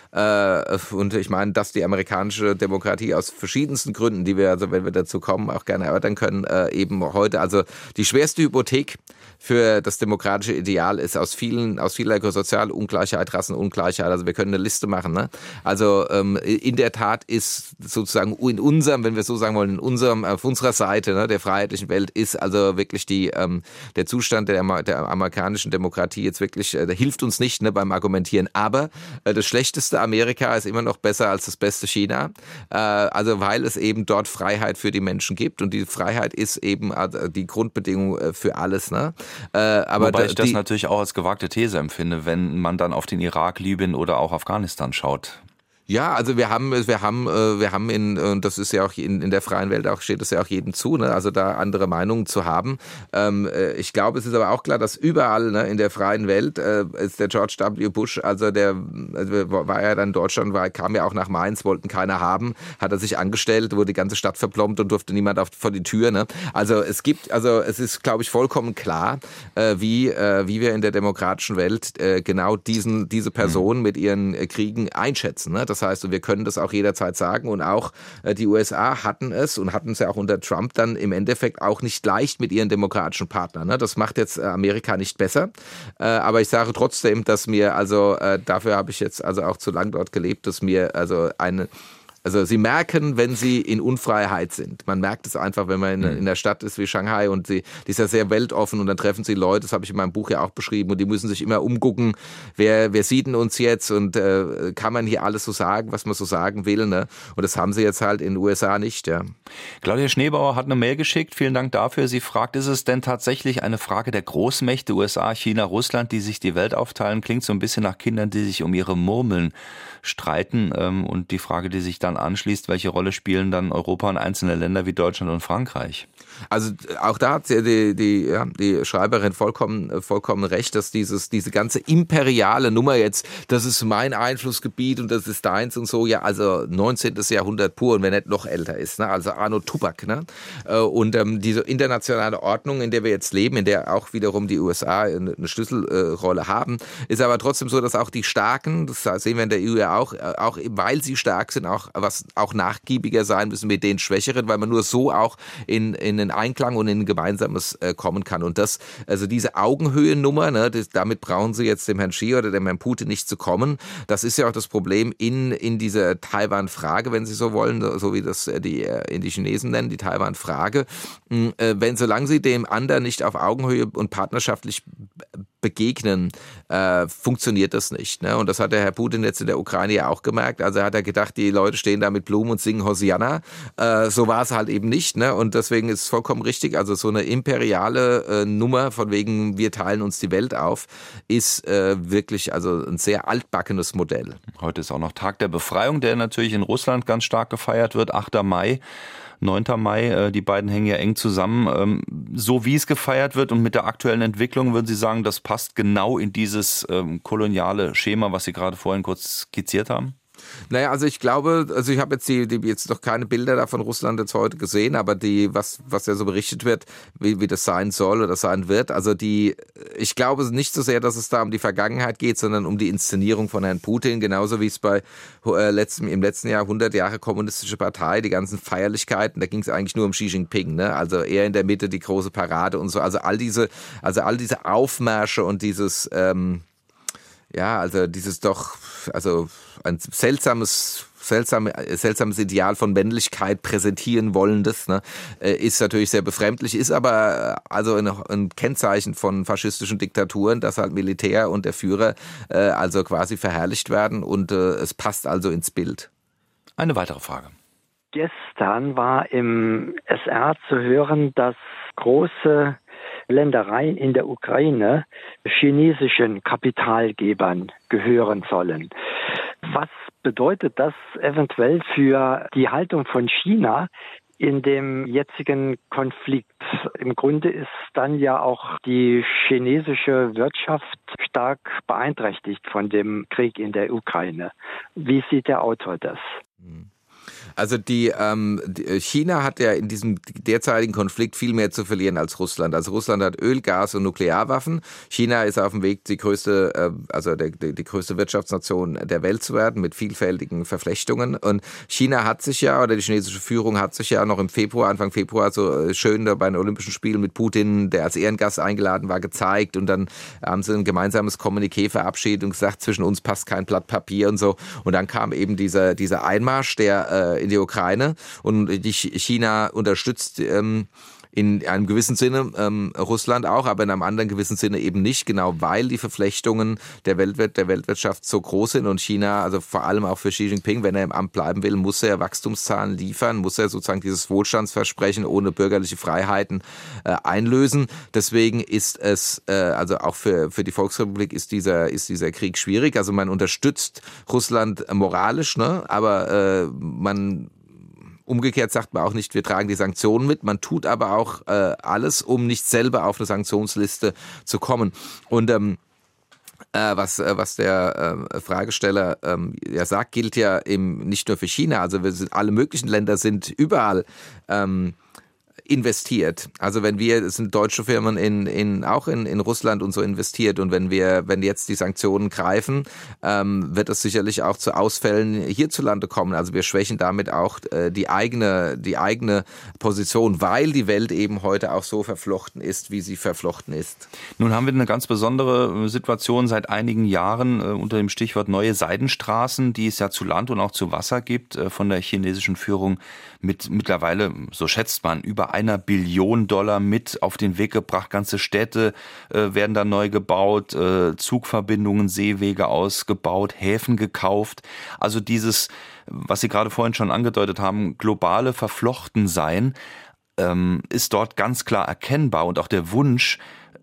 Und ich meine, dass die amerikanische Demokratie aus verschiedensten Gründen, die wir, also wenn wir dazu kommen, auch gerne erörtern können, eben heute, also die schwerste Hypothek für das demokratische Ideal ist aus vieler Sozialungleichheit, Rassenungleichheit, also wir können eine Liste machen, ne? Also in der Tat ist sozusagen in unserem, wenn wir so sagen wollen, auf unserer Seite, ne, der freiheitlichen Welt ist also wirklich der Zustand der amerikanischen Demokratie jetzt wirklich, der hilft uns nicht, ne, beim Argumentieren, aber das schlechteste Amerika ist immer noch besser als das beste China, also weil es eben dort Freiheit für die Menschen gibt und die Freiheit ist eben die Grundbedingung für alles, ne? Aber wobei ich das natürlich auch als gewagte These empfinde, wenn man dann auf den Irak, Libyen oder auch Afghanistan schaut. Ja, also wir haben und das ist ja auch in der freien Welt auch, steht es ja auch jedem zu, ne, also da andere Meinungen zu haben. Ich glaube, es ist aber auch klar, dass überall, ne, in der freien Welt ist der George W. Bush, also war ja dann in Deutschland, kam ja auch nach Mainz, wollten keiner haben, hat er sich angestellt, wurde die ganze Stadt verplombt und durfte niemand vor die Tür, ne. Also es ist, glaube ich, vollkommen klar, wie wir in der demokratischen Welt genau diese Personen mit ihren Kriegen einschätzen, ne. Das heißt, wir können das auch jederzeit sagen und auch die USA hatten es ja auch unter Trump dann im Endeffekt auch nicht leicht mit ihren demokratischen Partnern. Ne? Das macht jetzt Amerika nicht besser. Aber ich sage trotzdem, dass mir, dafür habe ich jetzt also auch zu lang dort gelebt, dass mir also sie merken, wenn sie in Unfreiheit sind. Man merkt es einfach, wenn man in der Stadt ist wie Shanghai und die ist ja sehr weltoffen und dann treffen sie Leute, das habe ich in meinem Buch ja auch beschrieben und die müssen sich immer umgucken, wer sieht denn uns jetzt und kann man hier alles so sagen, was man so sagen will, ne? Und das haben sie jetzt halt in den USA nicht, ja. Claudia Schneebauer hat eine Mail geschickt, vielen Dank dafür. Sie fragt, ist es denn tatsächlich eine Frage der Großmächte, USA, China, Russland, die sich die Welt aufteilen? Klingt so ein bisschen nach Kindern, die sich um ihre Murmeln streiten und die Frage, die sich dann daran anschließt, welche Rolle spielen dann Europa und einzelne Länder wie Deutschland und Frankreich? Also auch da hat die Schreiberin vollkommen recht, dass diese ganze imperiale Nummer jetzt, das ist mein Einflussgebiet und das ist deins und so, ja, also 19. Jahrhundert pur und wenn nicht noch älter ist, ne? Also Arno Tubak, ne? Und diese internationale Ordnung, in der wir jetzt leben, in der auch wiederum die USA eine Schlüsselrolle haben, ist aber trotzdem so, dass auch die Starken, das sehen wir in der EU ja auch weil sie stark sind, auch nachgiebiger sein müssen mit den Schwächeren, weil man nur so auch in den Einklang und in ein Gemeinsames kommen kann. Und also diese Augenhöhennummer, ne, damit brauchen sie jetzt dem Herrn Xi oder dem Herrn Putin nicht zu kommen. Das ist ja auch das Problem in dieser Taiwan-Frage, wenn Sie so wollen, so wie das die Chinesen nennen, die Taiwan-Frage. Solange sie dem anderen nicht auf Augenhöhe und partnerschaftlich begegnen, funktioniert das nicht. Ne? Und das hat der Herr Putin jetzt in der Ukraine ja auch gemerkt. Also hat er gedacht, die Leute stehen da mit Blumen und singen Hosianna. So war es halt eben nicht. Ne? Und deswegen ist es vollkommen richtig. Also so eine imperiale Nummer von wegen, wir teilen uns die Welt auf, ist wirklich also ein sehr altbackenes Modell. Heute ist auch noch Tag der Befreiung, der natürlich in Russland ganz stark gefeiert wird. 8. Mai. 9. Mai, die beiden hängen ja eng zusammen. So wie es gefeiert wird und mit der aktuellen Entwicklung, würden Sie sagen, das passt genau in dieses koloniale Schema, was Sie gerade vorhin kurz skizziert haben? Naja, also ich glaube, ich habe jetzt noch keine Bilder da von Russland jetzt heute gesehen, aber was ja so berichtet wird, wie das sein soll oder sein wird, also ich glaube nicht so sehr, dass es da um die Vergangenheit geht, sondern um die Inszenierung von Herrn Putin, genauso wie es im letzten Jahr 100 Jahre kommunistische Partei, die ganzen Feierlichkeiten, da ging es eigentlich nur um Xi Jinping, ne? Also eher in der Mitte die große Parade und so, also all diese Aufmärsche und dieses ein seltsames Ideal von Männlichkeit präsentieren wollendes, ne, ist natürlich sehr befremdlich, ist aber also ein Kennzeichen von faschistischen Diktaturen, dass halt Militär und der Führer also quasi verherrlicht werden und es passt also ins Bild. Eine weitere Frage. Gestern war im SR zu hören, dass große Ländereien in der Ukraine chinesischen Kapitalgebern gehören sollen. Was bedeutet das eventuell für die Haltung von China in dem jetzigen Konflikt? Im Grunde ist dann ja auch die chinesische Wirtschaft stark beeinträchtigt von dem Krieg in der Ukraine. Wie sieht der Autor das? Also China hat ja in diesem derzeitigen Konflikt viel mehr zu verlieren als Russland. Also Russland hat Öl, Gas und Nuklearwaffen. China ist auf dem Weg, die größte Wirtschaftsnation der Welt zu werden mit vielfältigen Verflechtungen. Und China hat sich ja, oder die chinesische Führung hat sich ja noch Anfang Februar so schön bei den Olympischen Spielen mit Putin, der als Ehrengast eingeladen war, gezeigt. Und dann haben sie ein gemeinsames Kommuniqué verabschiedet und gesagt, zwischen uns passt kein Blatt Papier und so. Und dann kam eben dieser Einmarsch, der in die Ukraine, und China unterstützt in einem gewissen Sinne Russland auch, aber in einem anderen gewissen Sinne eben nicht, genau weil die Verflechtungen der Weltwirtschaft so groß sind und China, also vor allem auch für Xi Jinping, wenn er im Amt bleiben will, muss er Wachstumszahlen liefern, muss er sozusagen dieses Wohlstandsversprechen ohne bürgerliche Freiheiten einlösen. Deswegen ist es, also auch für die Volksrepublik ist dieser Krieg schwierig. Also man unterstützt Russland moralisch, ne? Aber umgekehrt sagt man auch nicht, wir tragen die Sanktionen mit. Man tut aber auch alles, um nicht selber auf eine Sanktionsliste zu kommen. Und was der Fragesteller sagt, gilt ja nicht nur für China. Also alle möglichen Länder sind überall investiert. Also es sind deutsche Firmen auch in Russland und so investiert, und wenn jetzt die Sanktionen greifen, wird es sicherlich auch zu Ausfällen hierzulande kommen. Also wir schwächen damit auch die eigene Position, weil die Welt eben heute auch so verflochten ist, wie sie verflochten ist. Nun haben wir eine ganz besondere Situation seit einigen Jahren unter dem Stichwort neue Seidenstraßen, die es ja zu Land und auch zu Wasser gibt, von der chinesischen Führung mit mittlerweile, so schätzt man, über $1 Billion mit auf den Weg gebracht. Ganze Städte werden da neu gebaut, Zugverbindungen, Seewege ausgebaut, Häfen gekauft. Also dieses, was Sie gerade vorhin schon angedeutet haben, globale Verflochtensein ist dort ganz klar erkennbar, und auch der Wunsch,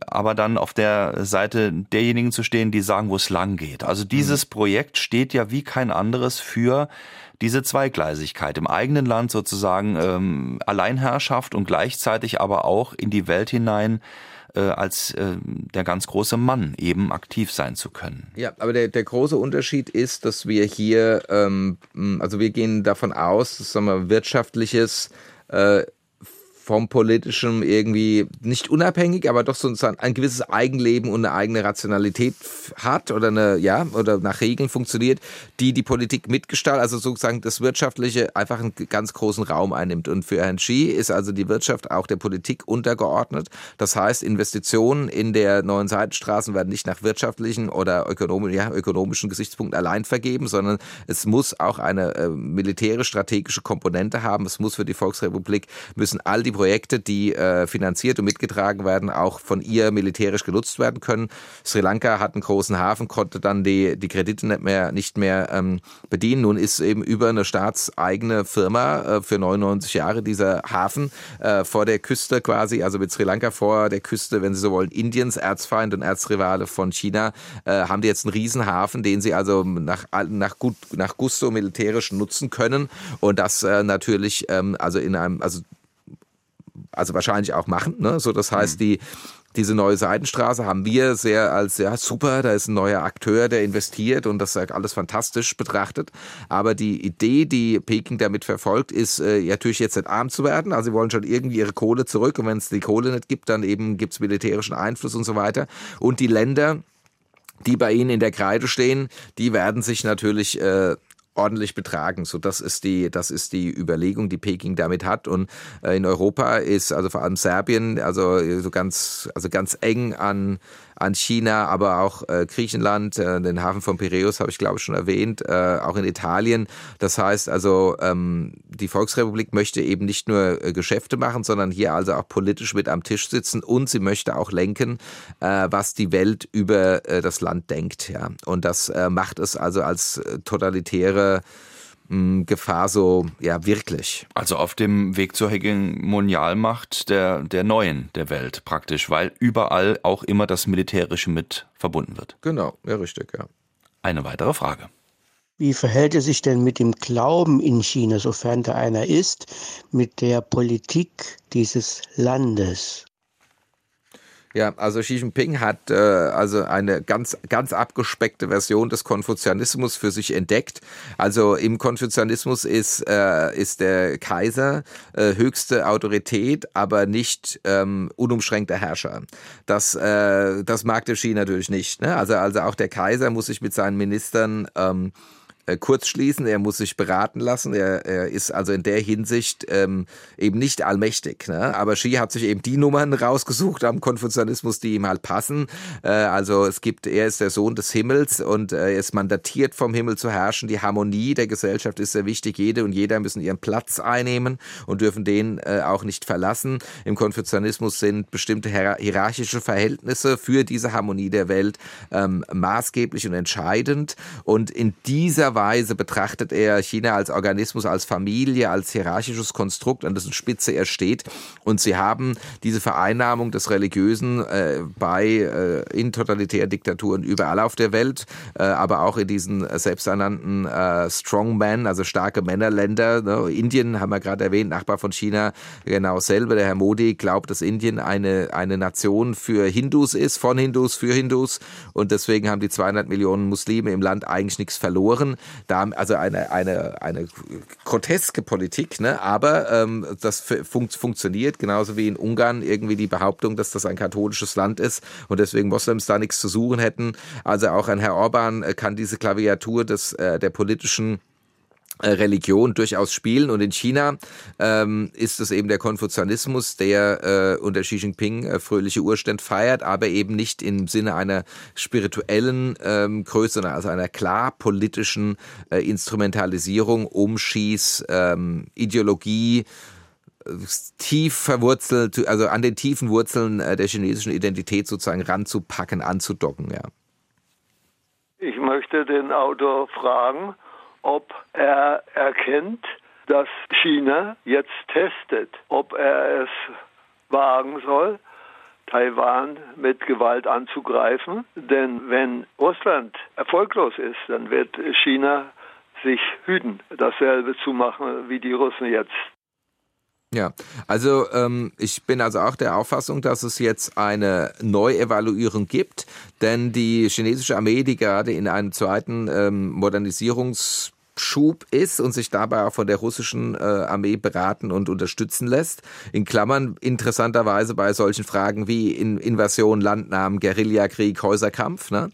aber dann auf der Seite derjenigen zu stehen, die sagen, wo es lang geht. Also dieses Projekt steht ja wie kein anderes für diese Zweigleisigkeit im eigenen Land sozusagen, Alleinherrschaft und gleichzeitig aber auch in die Welt hinein als der ganz große Mann eben aktiv sein zu können. Ja, aber der große Unterschied ist, dass wir hier, also wir gehen davon aus, dass, sagen wir, wirtschaftliches vom Politischen irgendwie nicht unabhängig, aber doch sozusagen ein gewisses Eigenleben und eine eigene Rationalität hat oder oder nach Regeln funktioniert, die Politik mitgestaltet, also sozusagen das Wirtschaftliche einfach einen ganz großen Raum einnimmt. Und für Herrn Xi ist also die Wirtschaft auch der Politik untergeordnet. Das heißt, Investitionen in der neuen Seidenstraßen werden nicht nach wirtschaftlichen oder ökonomischen Gesichtspunkten allein vergeben, sondern es muss auch eine militärisch-strategische Komponente haben. Es muss für die Volksrepublik, müssen all die Projekte, die finanziert und mitgetragen werden, auch von ihr militärisch genutzt werden können. Sri Lanka hat einen großen Hafen, konnte dann die Kredite nicht mehr bedienen. Nun ist eben über eine staatseigene Firma für 99 Jahre dieser Hafen vor der Küste quasi, also mit Sri Lanka vor der Küste, wenn Sie so wollen, Indiens, Erzfeind und Erzrivale von China, haben die jetzt einen Riesenhafen, den sie also nach Gusto militärisch nutzen können und das natürlich also wahrscheinlich auch machen, ne? So, das heißt, diese neue Seidenstraße haben wir sehr als, super, da ist ein neuer Akteur, der investiert und das ist alles fantastisch betrachtet. Aber die Idee, die Peking damit verfolgt, ist natürlich jetzt nicht arm zu werden. Also sie wollen schon irgendwie ihre Kohle zurück und wenn es die Kohle nicht gibt, dann eben gibt es militärischen Einfluss und so weiter. Und die Länder, die bei ihnen in der Kreide stehen, die werden sich natürlich ordentlich betragen. So, das ist die Überlegung, die Peking damit hat. Und in Europa ist also vor allem Serbien also ganz eng an China, aber auch Griechenland, den Hafen von Piräus habe ich glaube ich schon erwähnt, auch in Italien. Das heißt also, die Volksrepublik möchte eben nicht nur Geschäfte machen, sondern hier also auch politisch mit am Tisch sitzen und sie möchte auch lenken, was die Welt über das Land denkt. Ja. Und das macht es also als totalitäre Gefahr so, wirklich. Also auf dem Weg zur Hegemonialmacht der Neuen der Welt praktisch, weil überall auch immer das Militärische mit verbunden wird. Genau, ja, richtig, ja. Eine weitere Frage. Wie verhält es sich denn mit dem Glauben in China, sofern da einer ist, mit der Politik dieses Landes? Ja, also Xi Jinping hat also eine ganz abgespeckte Version des Konfuzianismus für sich entdeckt. Also im Konfuzianismus ist der Kaiser höchste Autorität, aber nicht unumschränkter Herrscher. Das mag der Xi natürlich nicht. Ne? Also auch der Kaiser muss sich mit seinen Ministern kurz schließen, er muss sich beraten lassen, er ist also in der Hinsicht eben nicht allmächtig. Ne? Aber Xi hat sich eben die Nummern rausgesucht am Konfuzianismus, die ihm halt passen. Also er ist der Sohn des Himmels und er ist mandatiert vom Himmel zu herrschen. Die Harmonie der Gesellschaft ist sehr wichtig. Jede und jeder müssen ihren Platz einnehmen und dürfen den auch nicht verlassen. Im Konfuzianismus sind bestimmte hierarchische Verhältnisse für diese Harmonie der Welt maßgeblich und entscheidend. Und in dieser Weise betrachtet er China als Organismus, als Familie, als hierarchisches Konstrukt, an dessen Spitze er steht. Und sie haben diese Vereinnahmung des Religiösen in totalitären Diktaturen überall auf der Welt, aber auch in diesen selbsternannten Strongmen, also starke Männerländer. Ne? Indien haben wir gerade erwähnt, Nachbar von China, genau dasselbe. Der Herr Modi glaubt, dass Indien eine Nation für Hindus ist, von Hindus, für Hindus. Und deswegen haben die 200 Millionen Muslime im Land eigentlich nichts verloren. Da also eine groteske Politik, ne? Aber das funktioniert, genauso wie in Ungarn irgendwie die Behauptung, dass das ein katholisches Land ist und deswegen Moslems da nichts zu suchen hätten. Also auch ein Herr Orban kann diese Klaviatur der politischen Religion durchaus spielen. Und in China ist es eben der Konfuzianismus, der unter Xi Jinping fröhliche Urständ feiert, aber eben nicht im Sinne einer spirituellen Größe, sondern also einer klar politischen Instrumentalisierung, um Xis Ideologie tief verwurzelt, also an den tiefen Wurzeln der chinesischen Identität sozusagen ranzupacken, anzudocken. Ja. Ich möchte den Autor fragen, ob er erkennt, dass China jetzt testet, ob er es wagen soll, Taiwan mit Gewalt anzugreifen. Denn wenn Russland erfolglos ist, dann wird China sich hüten, dasselbe zu machen wie die Russen jetzt. Ja, also ich bin also auch der Auffassung, dass es jetzt eine Neuevaluierung gibt, denn die chinesische Armee, die gerade in einem zweiten Modernisierungsschub ist und sich dabei auch von der russischen Armee beraten und unterstützen lässt. In Klammern interessanterweise bei solchen Fragen wie Invasion, Landnahmen, Guerillakrieg, Häuserkampf, ne,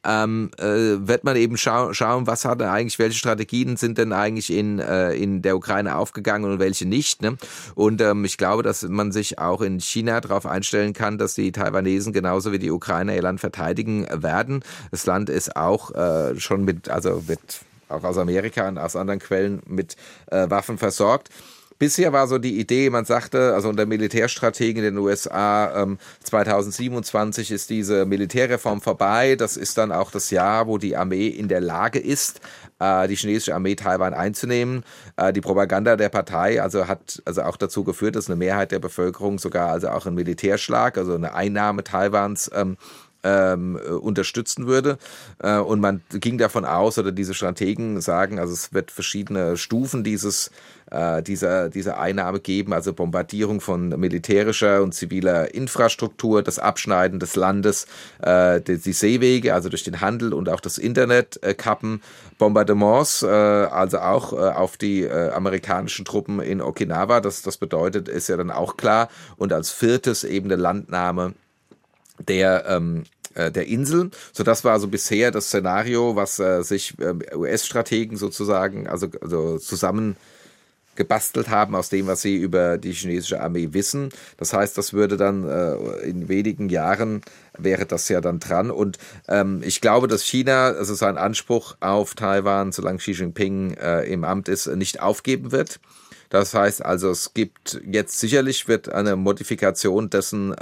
wird man eben schauen, was hat eigentlich, welche Strategien sind denn eigentlich in der Ukraine aufgegangen und welche nicht. Ne? Und ich glaube, dass man sich auch in China darauf einstellen kann, dass die Taiwanesen genauso wie die Ukrainer ihr Land verteidigen werden. Das Land ist auch schon wird auch aus Amerika und aus anderen Quellen mit Waffen versorgt. Bisher war so die Idee, man sagte, also unter Militärstrategen in den USA, 2027 ist diese Militärreform vorbei. Das ist dann auch das Jahr, wo die Armee in der Lage ist, die chinesische Armee Taiwan einzunehmen. Die Propaganda der Partei hat auch dazu geführt, dass eine Mehrheit der Bevölkerung sogar also auch einen Militärschlag, also eine Einnahme Taiwans unterstützen würde. Und man ging davon aus, oder diese Strategen sagen, also es wird verschiedene Stufen dieser Einnahme geben, also Bombardierung von militärischer und ziviler Infrastruktur, das Abschneiden des Landes, die Seewege, also durch den Handel und auch das Internet kappen, Bombardements, also auch auf die amerikanischen Truppen in Okinawa, das bedeutet, ist ja dann auch klar, und als viertes eben eine Landnahme der Insel. So, das war so bisher das Szenario, was sich US-Strategen sozusagen also zusammen gebastelt haben aus dem, was sie über die chinesische Armee wissen. Das heißt, das würde dann in wenigen Jahren wäre das ja dann dran. Und ich glaube, dass China, also seinen Anspruch auf Taiwan, solange Xi Jinping im Amt ist, nicht aufgeben wird. Das heißt also, es gibt jetzt sicherlich wird eine Modifikation dessen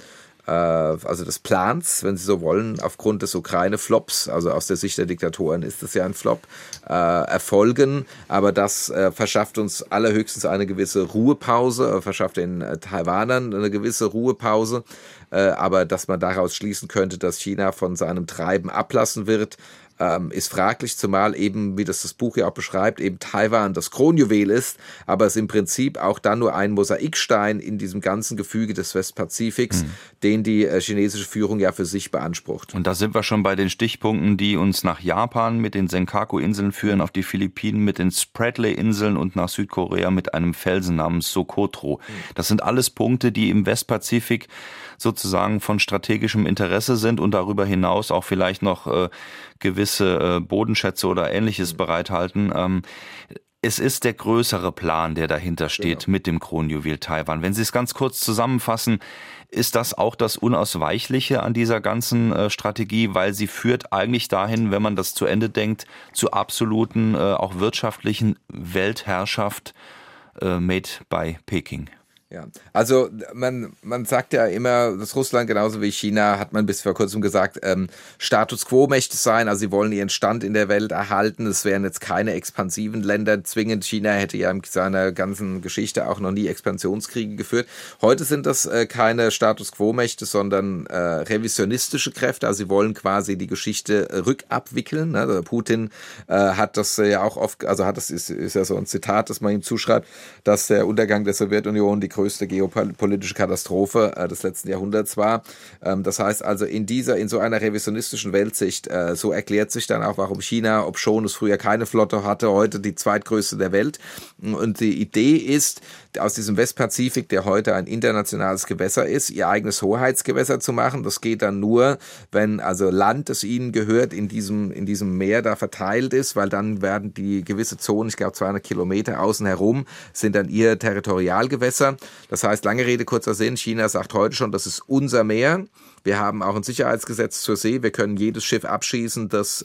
also des Plans, wenn Sie so wollen, aufgrund des Ukraine-Flops, also aus der Sicht der Diktatoren ist es ja ein Flop, erfolgen, aber das verschafft uns allerhöchstens eine gewisse Ruhepause, verschafft den Taiwanern eine gewisse Ruhepause, aber dass man daraus schließen könnte, dass China von seinem Treiben ablassen wird, ist fraglich, zumal eben, wie das Buch ja auch beschreibt, eben Taiwan das Kronjuwel ist, aber es im Prinzip auch dann nur ein Mosaikstein in diesem ganzen Gefüge des Westpazifiks, den die chinesische Führung ja für sich beansprucht. Und da sind wir schon bei den Stichpunkten, die uns nach Japan mit den Senkaku-Inseln führen, auf die Philippinen mit den Spratly-Inseln und nach Südkorea mit einem Felsen namens Socotra. Das sind alles Punkte, die im Westpazifik sozusagen von strategischem Interesse sind und darüber hinaus auch vielleicht noch gewisse Bodenschätze oder Ähnliches bereithalten. Es ist der größere Plan, der dahinter steht, genau, mit dem Kronjuwel Taiwan. Wenn Sie es ganz kurz zusammenfassen, ist das auch das Unausweichliche an dieser ganzen Strategie, weil sie führt eigentlich dahin, wenn man das zu Ende denkt, zu absoluten, auch wirtschaftlichen Weltherrschaft made by Peking. Ja, also man sagt ja immer, dass Russland genauso wie China, hat man bis vor kurzem gesagt, Status Quo möchte sein, also sie wollen ihren Stand in der Welt erhalten, es wären jetzt keine expansiven Länder zwingend. China hätte ja in seiner ganzen Geschichte auch noch nie Expansionskriege geführt. Heute sind das keine Status Quo-Mächte, sondern revisionistische Kräfte, also sie wollen quasi die Geschichte rückabwickeln. Also Putin hat das ja auch oft, also ist ja so ein Zitat, das man ihm zuschreibt, dass der Untergang der Sowjetunion die größte geopolitische Katastrophe des letzten Jahrhunderts war. Das heißt also, in so einer revisionistischen Weltsicht, so erklärt sich dann auch, warum China, obschon es früher keine Flotte hatte, heute die zweitgrößte der Welt. Und die Idee ist, aus diesem Westpazifik, der heute ein internationales Gewässer ist, ihr eigenes Hoheitsgewässer zu machen. Das geht dann nur, wenn also Land, das ihnen gehört, in diesem Meer da verteilt ist, weil dann werden die gewisse Zonen, ich glaube 200 Kilometer außen herum, sind dann ihr Territorialgewässer. Das heißt, lange Rede, kurzer Sinn, China sagt heute schon, das ist unser Meer. Wir haben auch ein Sicherheitsgesetz zur See. Wir können jedes Schiff abschießen, das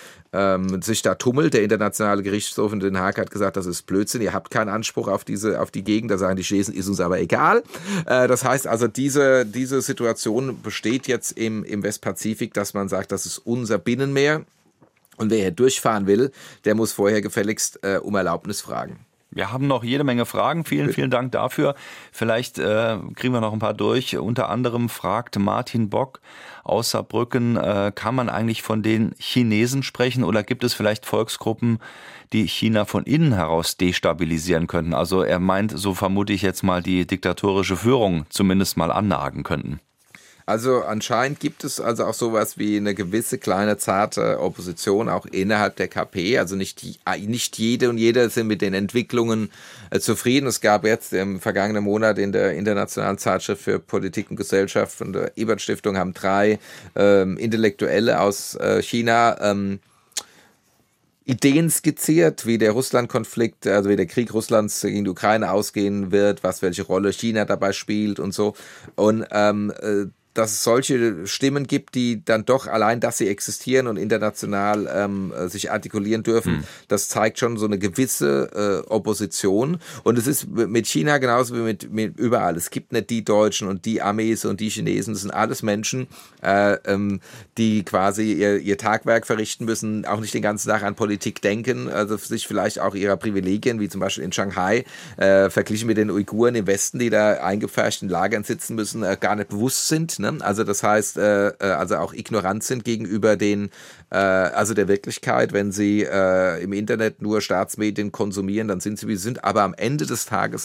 sich da tummelt. Der internationale Gerichtshof in Den Haag hat gesagt, das ist Blödsinn. Ihr habt keinen Anspruch auf die Gegend. Da sagen die Chinesen, ist uns aber egal. Das heißt also, diese Situation besteht jetzt im Westpazifik, dass man sagt, das ist unser Binnenmeer. Und wer hier durchfahren will, der muss vorher gefälligst um Erlaubnis fragen. Wir haben noch jede Menge Fragen. Vielen Dank dafür. Vielleicht kriegen wir noch ein paar durch. Unter anderem fragt Martin Bock aus Saarbrücken, kann man eigentlich von den Chinesen sprechen oder gibt es vielleicht Volksgruppen, die China von innen heraus destabilisieren könnten? Also er meint, so vermute ich jetzt mal, die diktatorische Führung zumindest mal annagen könnten. Also anscheinend gibt es also auch sowas wie eine gewisse kleine zarte Opposition auch innerhalb der KP. Also nicht jede und jeder sind mit den Entwicklungen zufrieden. Es gab jetzt im vergangenen Monat in der Internationalen Zeitschrift für Politik und Gesellschaft von der Ebert Stiftung haben 3 Intellektuelle aus China Ideen skizziert, wie der Russland-Konflikt, also wie der Krieg Russlands gegen die Ukraine ausgehen wird, welche Rolle China dabei spielt und so. Und dass es solche Stimmen gibt, die dann doch allein, dass sie existieren und international sich artikulieren dürfen, das zeigt schon so eine gewisse Opposition. Und es ist mit China genauso wie mit überall. Es gibt nicht die Deutschen und die Amis und die Chinesen. Das sind alles Menschen, die quasi ihr Tagwerk verrichten müssen, auch nicht den ganzen Tag an Politik denken, also sich vielleicht auch ihrer Privilegien, wie zum Beispiel in Shanghai, verglichen mit den Uiguren im Westen, die da eingepfercht in Lagern sitzen müssen, gar nicht bewusst sind. Also das heißt, also auch ignorant sind gegenüber also der Wirklichkeit. Wenn sie im Internet nur Staatsmedien konsumieren, dann sind sie wie sie sind. Aber am Ende des Tages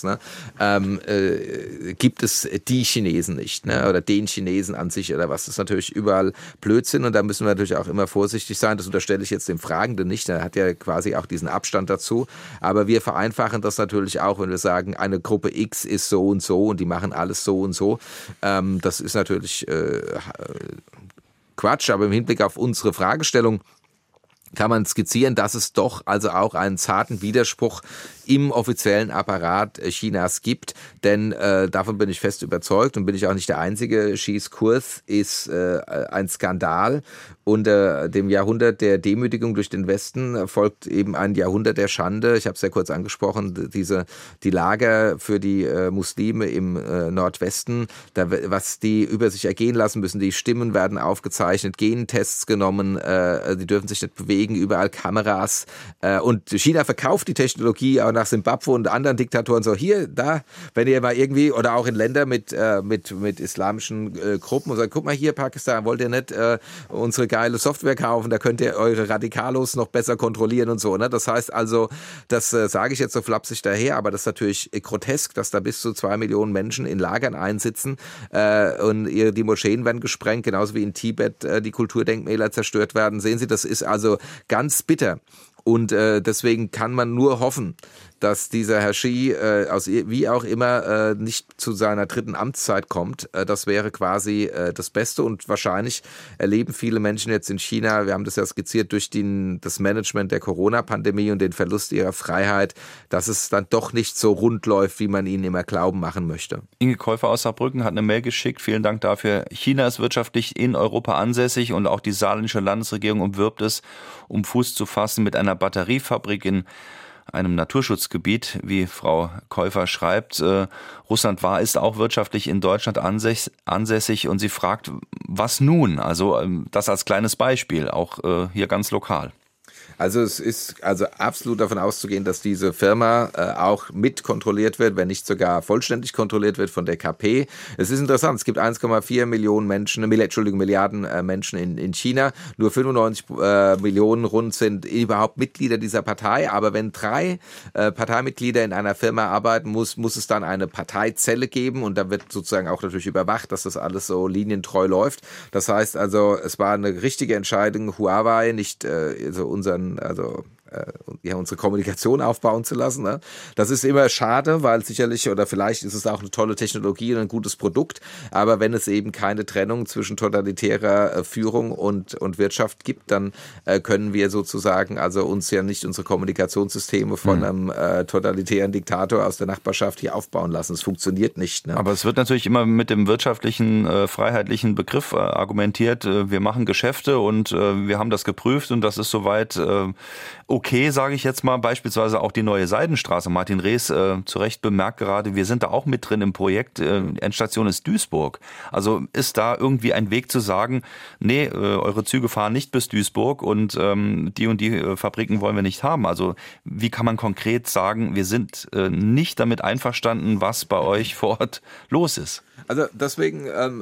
gibt es die Chinesen nicht, oder den Chinesen an sich oder was. Das ist natürlich überall Blödsinn und da müssen wir natürlich auch immer vorsichtig sein. Das unterstelle ich jetzt dem Fragenden nicht. Er hat ja quasi auch diesen Abstand dazu. Aber wir vereinfachen das natürlich auch, wenn wir sagen, eine Gruppe X ist so und die machen alles so und so. Das ist natürlich Quatsch, aber im Hinblick auf unsere Fragestellung kann man skizzieren, dass es doch also auch einen zarten Widerspruch im offiziellen Apparat Chinas gibt, denn davon bin ich fest überzeugt und bin ich auch nicht der Einzige. Xis Kurs ist ein Skandal. Unter dem Jahrhundert der Demütigung durch den Westen folgt eben ein Jahrhundert der Schande. Ich habe es ja kurz angesprochen, die Lager für die Muslime im Nordwesten, was die über sich ergehen lassen müssen. Die Stimmen werden aufgezeichnet, Gentests genommen, die dürfen sich nicht bewegen, überall Kameras. Und China verkauft die Technologie auch nach Simbabwe und anderen Diktatoren so, hier, da, wenn ihr mal irgendwie, oder auch in Länder mit islamischen Gruppen und sagt, guck mal hier, Pakistan, wollt ihr nicht unsere geile Software kaufen, da könnt ihr eure Radikalos noch besser kontrollieren und so. Ne? Das heißt also, das sage ich jetzt so flapsig daher, aber das ist natürlich grotesk, dass da bis zu 2 Millionen Menschen in Lagern einsitzen und die Moscheen werden gesprengt, genauso wie in Tibet die Kulturdenkmäler zerstört werden. Sehen Sie, das ist also ganz bitter. Und deswegen kann man nur hoffen, dass dieser Herr Xi wie auch immer nicht zu seiner 3. Amtszeit kommt. Das wäre quasi das Beste und wahrscheinlich erleben viele Menschen jetzt in China, wir haben das ja skizziert, durch das Management der Corona-Pandemie und den Verlust ihrer Freiheit, dass es dann doch nicht so rund läuft, wie man ihnen immer glauben machen möchte. Inge Käufer aus Saarbrücken hat eine Mail geschickt. Vielen Dank dafür. China ist wirtschaftlich in Europa ansässig und auch die saarländische Landesregierung umwirbt es, um Fuß zu fassen mit einer Batteriefabrik in einem Naturschutzgebiet, wie Frau Käufer schreibt. Russland ist auch wirtschaftlich in Deutschland ansässig und sie fragt, was nun? Also das als kleines Beispiel, auch hier ganz lokal. Also es ist also absolut davon auszugehen, dass diese Firma auch mit kontrolliert wird, wenn nicht sogar vollständig kontrolliert wird von der KP. Es ist interessant, es gibt 1,4 Milliarden Menschen in China. Nur 95 Millionen rund sind überhaupt Mitglieder dieser Partei. Aber wenn 3 Parteimitglieder in einer Firma arbeiten, muss es dann eine Parteizelle geben und da wird sozusagen auch natürlich überwacht, dass das alles so linientreu läuft. Das heißt also, es war eine richtige Entscheidung, Huawei nicht unsere Kommunikation aufbauen zu lassen. Ne? Das ist immer schade, weil sicherlich oder vielleicht ist es auch eine tolle Technologie und ein gutes Produkt, aber wenn es eben keine Trennung zwischen totalitärer Führung und Wirtschaft gibt, dann können wir sozusagen also uns ja nicht unsere Kommunikationssysteme von einem totalitären Diktator aus der Nachbarschaft hier aufbauen lassen. Es funktioniert nicht. Ne? Aber es wird natürlich immer mit dem wirtschaftlichen, freiheitlichen Begriff argumentiert. Wir machen Geschäfte und wir haben das geprüft und das ist soweit okay. okay, sage ich jetzt mal, beispielsweise auch die neue Seidenstraße. Martin Rees zu Recht bemerkt gerade, wir sind da auch mit drin im Projekt. Endstation ist Duisburg. Also ist da irgendwie ein Weg zu sagen, nee, eure Züge fahren nicht bis Duisburg und die und die Fabriken wollen wir nicht haben. Also wie kann man konkret sagen, wir sind nicht damit einverstanden, was bei euch vor Ort los ist? Also deswegen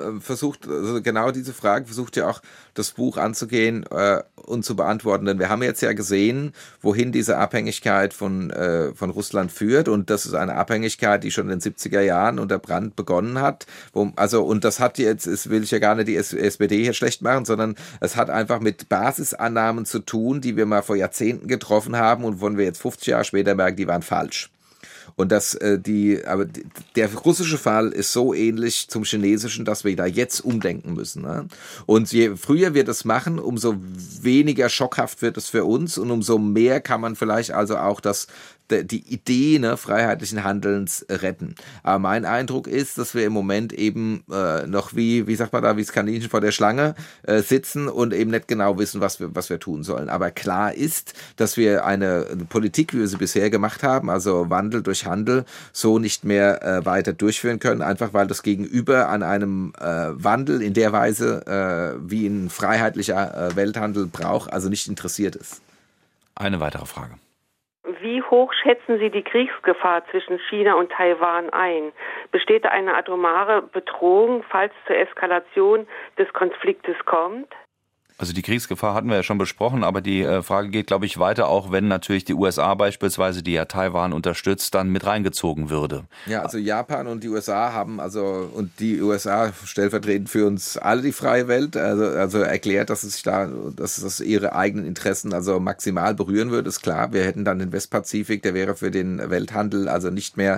genau diese Frage versucht ja auch das Buch anzugehen und zu beantworten. Denn wir haben jetzt ja gesehen, wohin diese Abhängigkeit von Russland führt. Und das ist eine Abhängigkeit, die schon in den 70er Jahren unter Brandt begonnen hat. Und das hat jetzt, will ich ja gar nicht die SPD hier schlecht machen, sondern es hat einfach mit Basisannahmen zu tun, die wir mal vor Jahrzehnten getroffen haben und von wir jetzt 50 Jahre später merken, die waren falsch. Und aber der russische Fall ist so ähnlich zum chinesischen, dass wir da jetzt umdenken müssen. Ne? Und je früher wir das machen, umso weniger schockhaft wird es für uns und umso mehr kann man vielleicht also auch die Idee freiheitlichen Handelns retten. Aber mein Eindruck ist, dass wir im Moment eben noch wie sagt man da, wie das Kaninchen vor der Schlange sitzen und eben nicht genau wissen, was wir tun sollen. Aber klar ist, dass wir eine Politik, wie wir sie bisher gemacht haben, also Wandel durch Handel, so nicht mehr weiter durchführen können, einfach weil das Gegenüber an einem Wandel in der Weise, wie ein freiheitlicher Welthandel braucht, also nicht interessiert ist. Eine weitere Frage. Wie hoch schätzen Sie die Kriegsgefahr zwischen China und Taiwan ein? Besteht da eine atomare Bedrohung, falls es zur Eskalation des Konfliktes kommt? Also die Kriegsgefahr hatten wir ja schon besprochen, aber die Frage geht, glaube ich, weiter, auch wenn natürlich die USA beispielsweise, die ja Taiwan unterstützt, dann mit reingezogen würde. Ja, also Japan und die USA haben und die USA stellvertretend für uns alle die freie Welt, also erklärt, dass es ihre eigenen Interessen also maximal berühren würde, ist klar. Wir hätten dann den Westpazifik, der wäre für den Welthandel also nicht mehr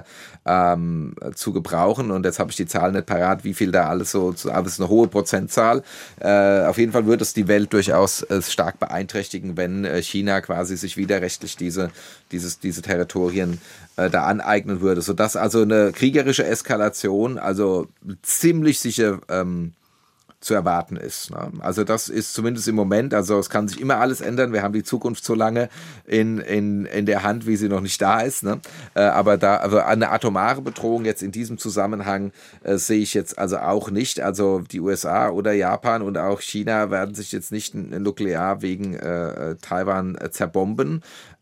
zu gebrauchen und jetzt habe ich die Zahl nicht parat, wie viel da alles so, aber es ist eine hohe Prozentzahl. Auf jeden Fall würde es die Welt durchaus stark beeinträchtigen, wenn China quasi sich widerrechtlich diese Territorien da aneignen würde, sodass also eine kriegerische Eskalation also ziemlich sicher zu erwarten ist. Ne? Also das ist zumindest im Moment, also es kann sich immer alles ändern, wir haben die Zukunft so lange in der Hand, wie sie noch nicht da ist. Ne? Aber eine atomare Bedrohung jetzt in diesem Zusammenhang sehe ich jetzt also auch nicht. Also die USA oder Japan und auch China werden sich jetzt nicht nuklear wegen Taiwan zerbomben.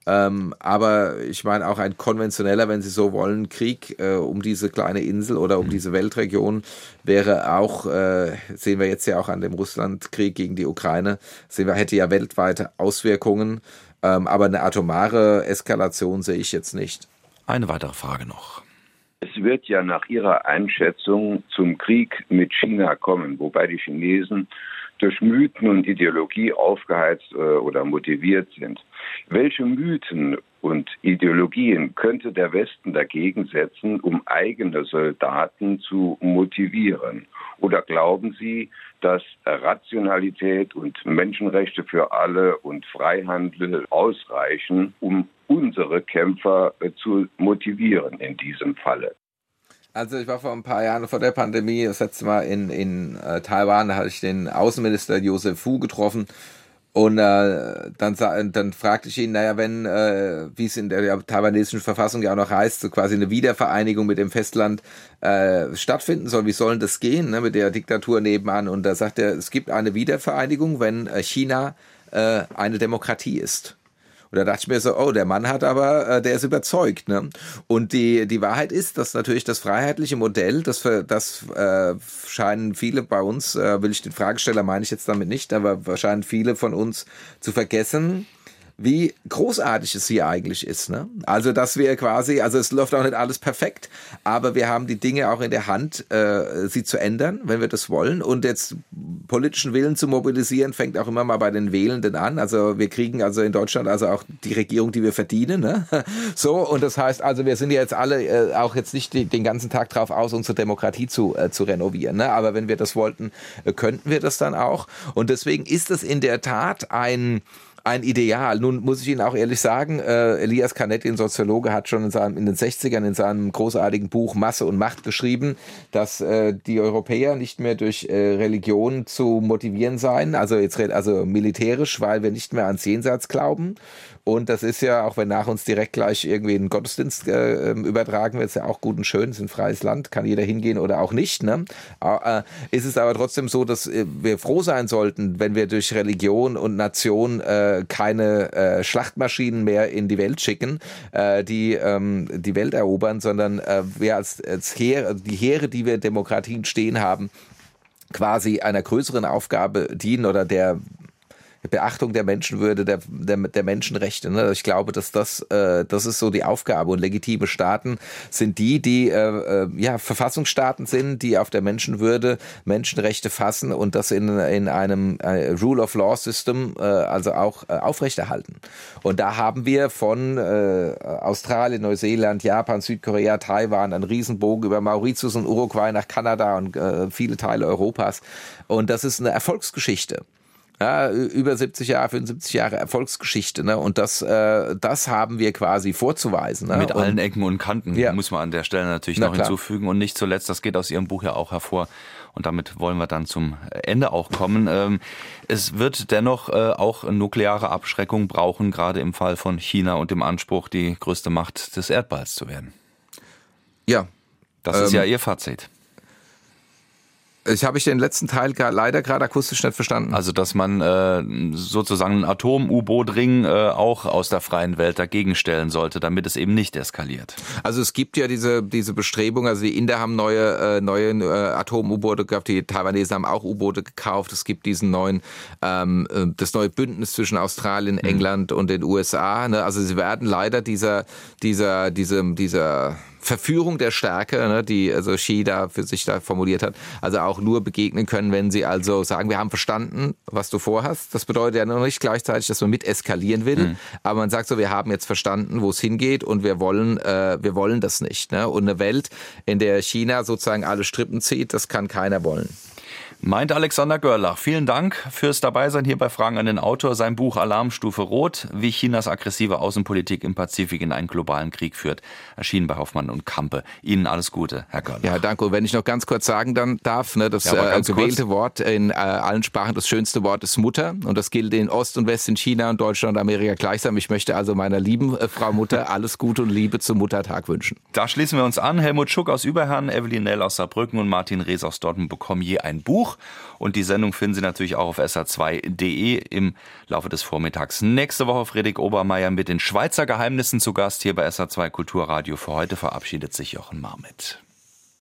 Aber ich meine auch ein konventioneller, wenn Sie so wollen, Krieg um diese kleine Insel oder um diese Weltregion wäre auch, sehen wir jetzt ja auch an dem Russlandkrieg gegen die Ukraine, hätte ja weltweite Auswirkungen, aber eine atomare Eskalation sehe ich jetzt nicht. Eine weitere Frage noch. Es wird ja nach Ihrer Einschätzung zum Krieg mit China kommen, wobei die Chinesen durch Mythen und Ideologie aufgeheizt oder motiviert sind. Welche Mythen und Ideologien könnte der Westen dagegen setzen, um eigene Soldaten zu motivieren? Oder glauben Sie, dass Rationalität und Menschenrechte für alle und Freihandel ausreichen, um unsere Kämpfer zu motivieren in diesem Falle? Also ich war vor ein paar Jahren vor der Pandemie das letzte Mal in Taiwan, da hatte ich den Außenminister Joseph Fu getroffen und dann fragte ich ihn, wenn, wie es in der taiwanesischen Verfassung ja auch noch heißt, so quasi eine Wiedervereinigung mit dem Festland stattfinden soll, wie soll denn das gehen, ne, mit der Diktatur nebenan? Und da sagt er, es gibt eine Wiedervereinigung, wenn China eine Demokratie ist. Und da dachte ich mir so, der Mann hat aber, der ist überzeugt. Ne? Und die Wahrheit ist, dass natürlich das freiheitliche Modell, das scheinen viele bei uns, will ich den Fragesteller meine ich jetzt damit nicht, aber scheinen viele von uns zu vergessen, wie großartig es hier eigentlich ist. Ne? Also, dass wir quasi, also es läuft auch nicht alles perfekt, aber wir haben die Dinge auch in der Hand, sie zu ändern, wenn wir das wollen. Und jetzt politischen Willen zu mobilisieren, fängt auch immer mal bei den Wählenden an. Also wir kriegen also in Deutschland also auch die Regierung, die wir verdienen. Ne? So, und das heißt also, wir sind ja jetzt alle auch jetzt nicht den ganzen Tag drauf aus, unsere Demokratie zu renovieren. Ne? Aber wenn wir das wollten, könnten wir das dann auch. Und deswegen ist es in der Tat ein ein Ideal. Nun muss ich Ihnen auch ehrlich sagen, Elias Canetti, ein Soziologe, hat schon in den 60ern in seinem großartigen Buch Masse und Macht geschrieben, dass die Europäer nicht mehr durch Religion zu motivieren seien, also militärisch, weil wir nicht mehr ans Jenseits glauben. Und das ist ja, auch wenn nach uns direkt gleich irgendwie ein Gottesdienst übertragen wird, ist ja auch gut und schön, ist ein freies Land, kann jeder hingehen oder auch nicht. Ne? Ist es aber trotzdem so, dass wir froh sein sollten, wenn wir durch Religion und Nation keine Schlachtmaschinen mehr in die Welt schicken, die die Welt erobern, sondern wir als die Heere, die wir in Demokratien stehen haben, quasi einer größeren Aufgabe dienen oder der Beachtung der Menschenwürde, der Menschenrechte. Ne? Ich glaube, dass das ist so die Aufgabe. Und legitime Staaten sind die Verfassungsstaaten sind, die auf der Menschenwürde Menschenrechte fassen und das in einem Rule of Law System also auch aufrechterhalten. Und da haben wir von Australien, Neuseeland, Japan, Südkorea, Taiwan einen Riesenbogen über Mauritius und Uruguay nach Kanada und viele Teile Europas. Und das ist eine Erfolgsgeschichte. Ja, über 70 Jahre, 75 Jahre Erfolgsgeschichte, ne? Und das haben wir quasi vorzuweisen. Ne? Mit allen Ecken und Kanten, muss man an der Stelle natürlich noch hinzufügen. Und nicht zuletzt, das geht aus Ihrem Buch ja auch hervor, und damit wollen wir dann zum Ende auch kommen. Es wird dennoch auch nukleare Abschreckung brauchen, gerade im Fall von China und dem Anspruch, die größte Macht des Erdballs zu werden. Ja. Das ist ja Ihr Fazit. Habe ich den letzten Teil leider gerade akustisch nicht verstanden. Also, dass man sozusagen ein Atom-U-Boot-Ring auch aus der freien Welt dagegen stellen sollte, damit es eben nicht eskaliert. Also es gibt ja diese Bestrebung, also die Inder haben neue Atom-U-Boote gehabt, die Taiwanesen haben auch U-Boote gekauft. Es gibt diesen das neue Bündnis zwischen Australien, England und den USA. Ne? Also sie werden leider dieser Verführung der Stärke, ne, die also Xi da für sich da formuliert hat, also auch nur begegnen können, wenn sie also sagen, wir haben verstanden, was du vorhast. Das bedeutet ja noch nicht gleichzeitig, dass man mit eskalieren will, aber man sagt so, wir haben jetzt verstanden, wo es hingeht und wir wollen das nicht. Ne? Und eine Welt, in der China sozusagen alle Strippen zieht, das kann keiner wollen. Meint Alexander Görlach. Vielen Dank fürs Dabeisein hier bei Fragen an den Autor. Sein Buch Alarmstufe Rot, wie Chinas aggressive Außenpolitik im Pazifik in einen globalen Krieg führt, erschienen bei Hoffmann und Campe. Ihnen alles Gute, Herr Görlach. Ja, danke. Und wenn ich noch ganz kurz sagen darf, ne, das gewählte Wort in allen Sprachen, das schönste Wort ist Mutter. Und das gilt in Ost und West, in China und Deutschland und Amerika gleichsam. Ich möchte also meiner lieben Frau Mutter alles Gute und Liebe zum Muttertag wünschen. Da schließen wir uns an. Helmut Schuck aus Überherrn, Evelyn Nell aus Saarbrücken und Martin Rees aus Dortmund bekommen je ein Buch. Und die Sendung finden Sie natürlich auch auf sr2.de im Laufe des Vormittags. Nächste Woche Friedrich Obermeier mit den Schweizer Geheimnissen zu Gast hier bei SR2 Kulturradio. Für heute verabschiedet sich Jochen Marmitt.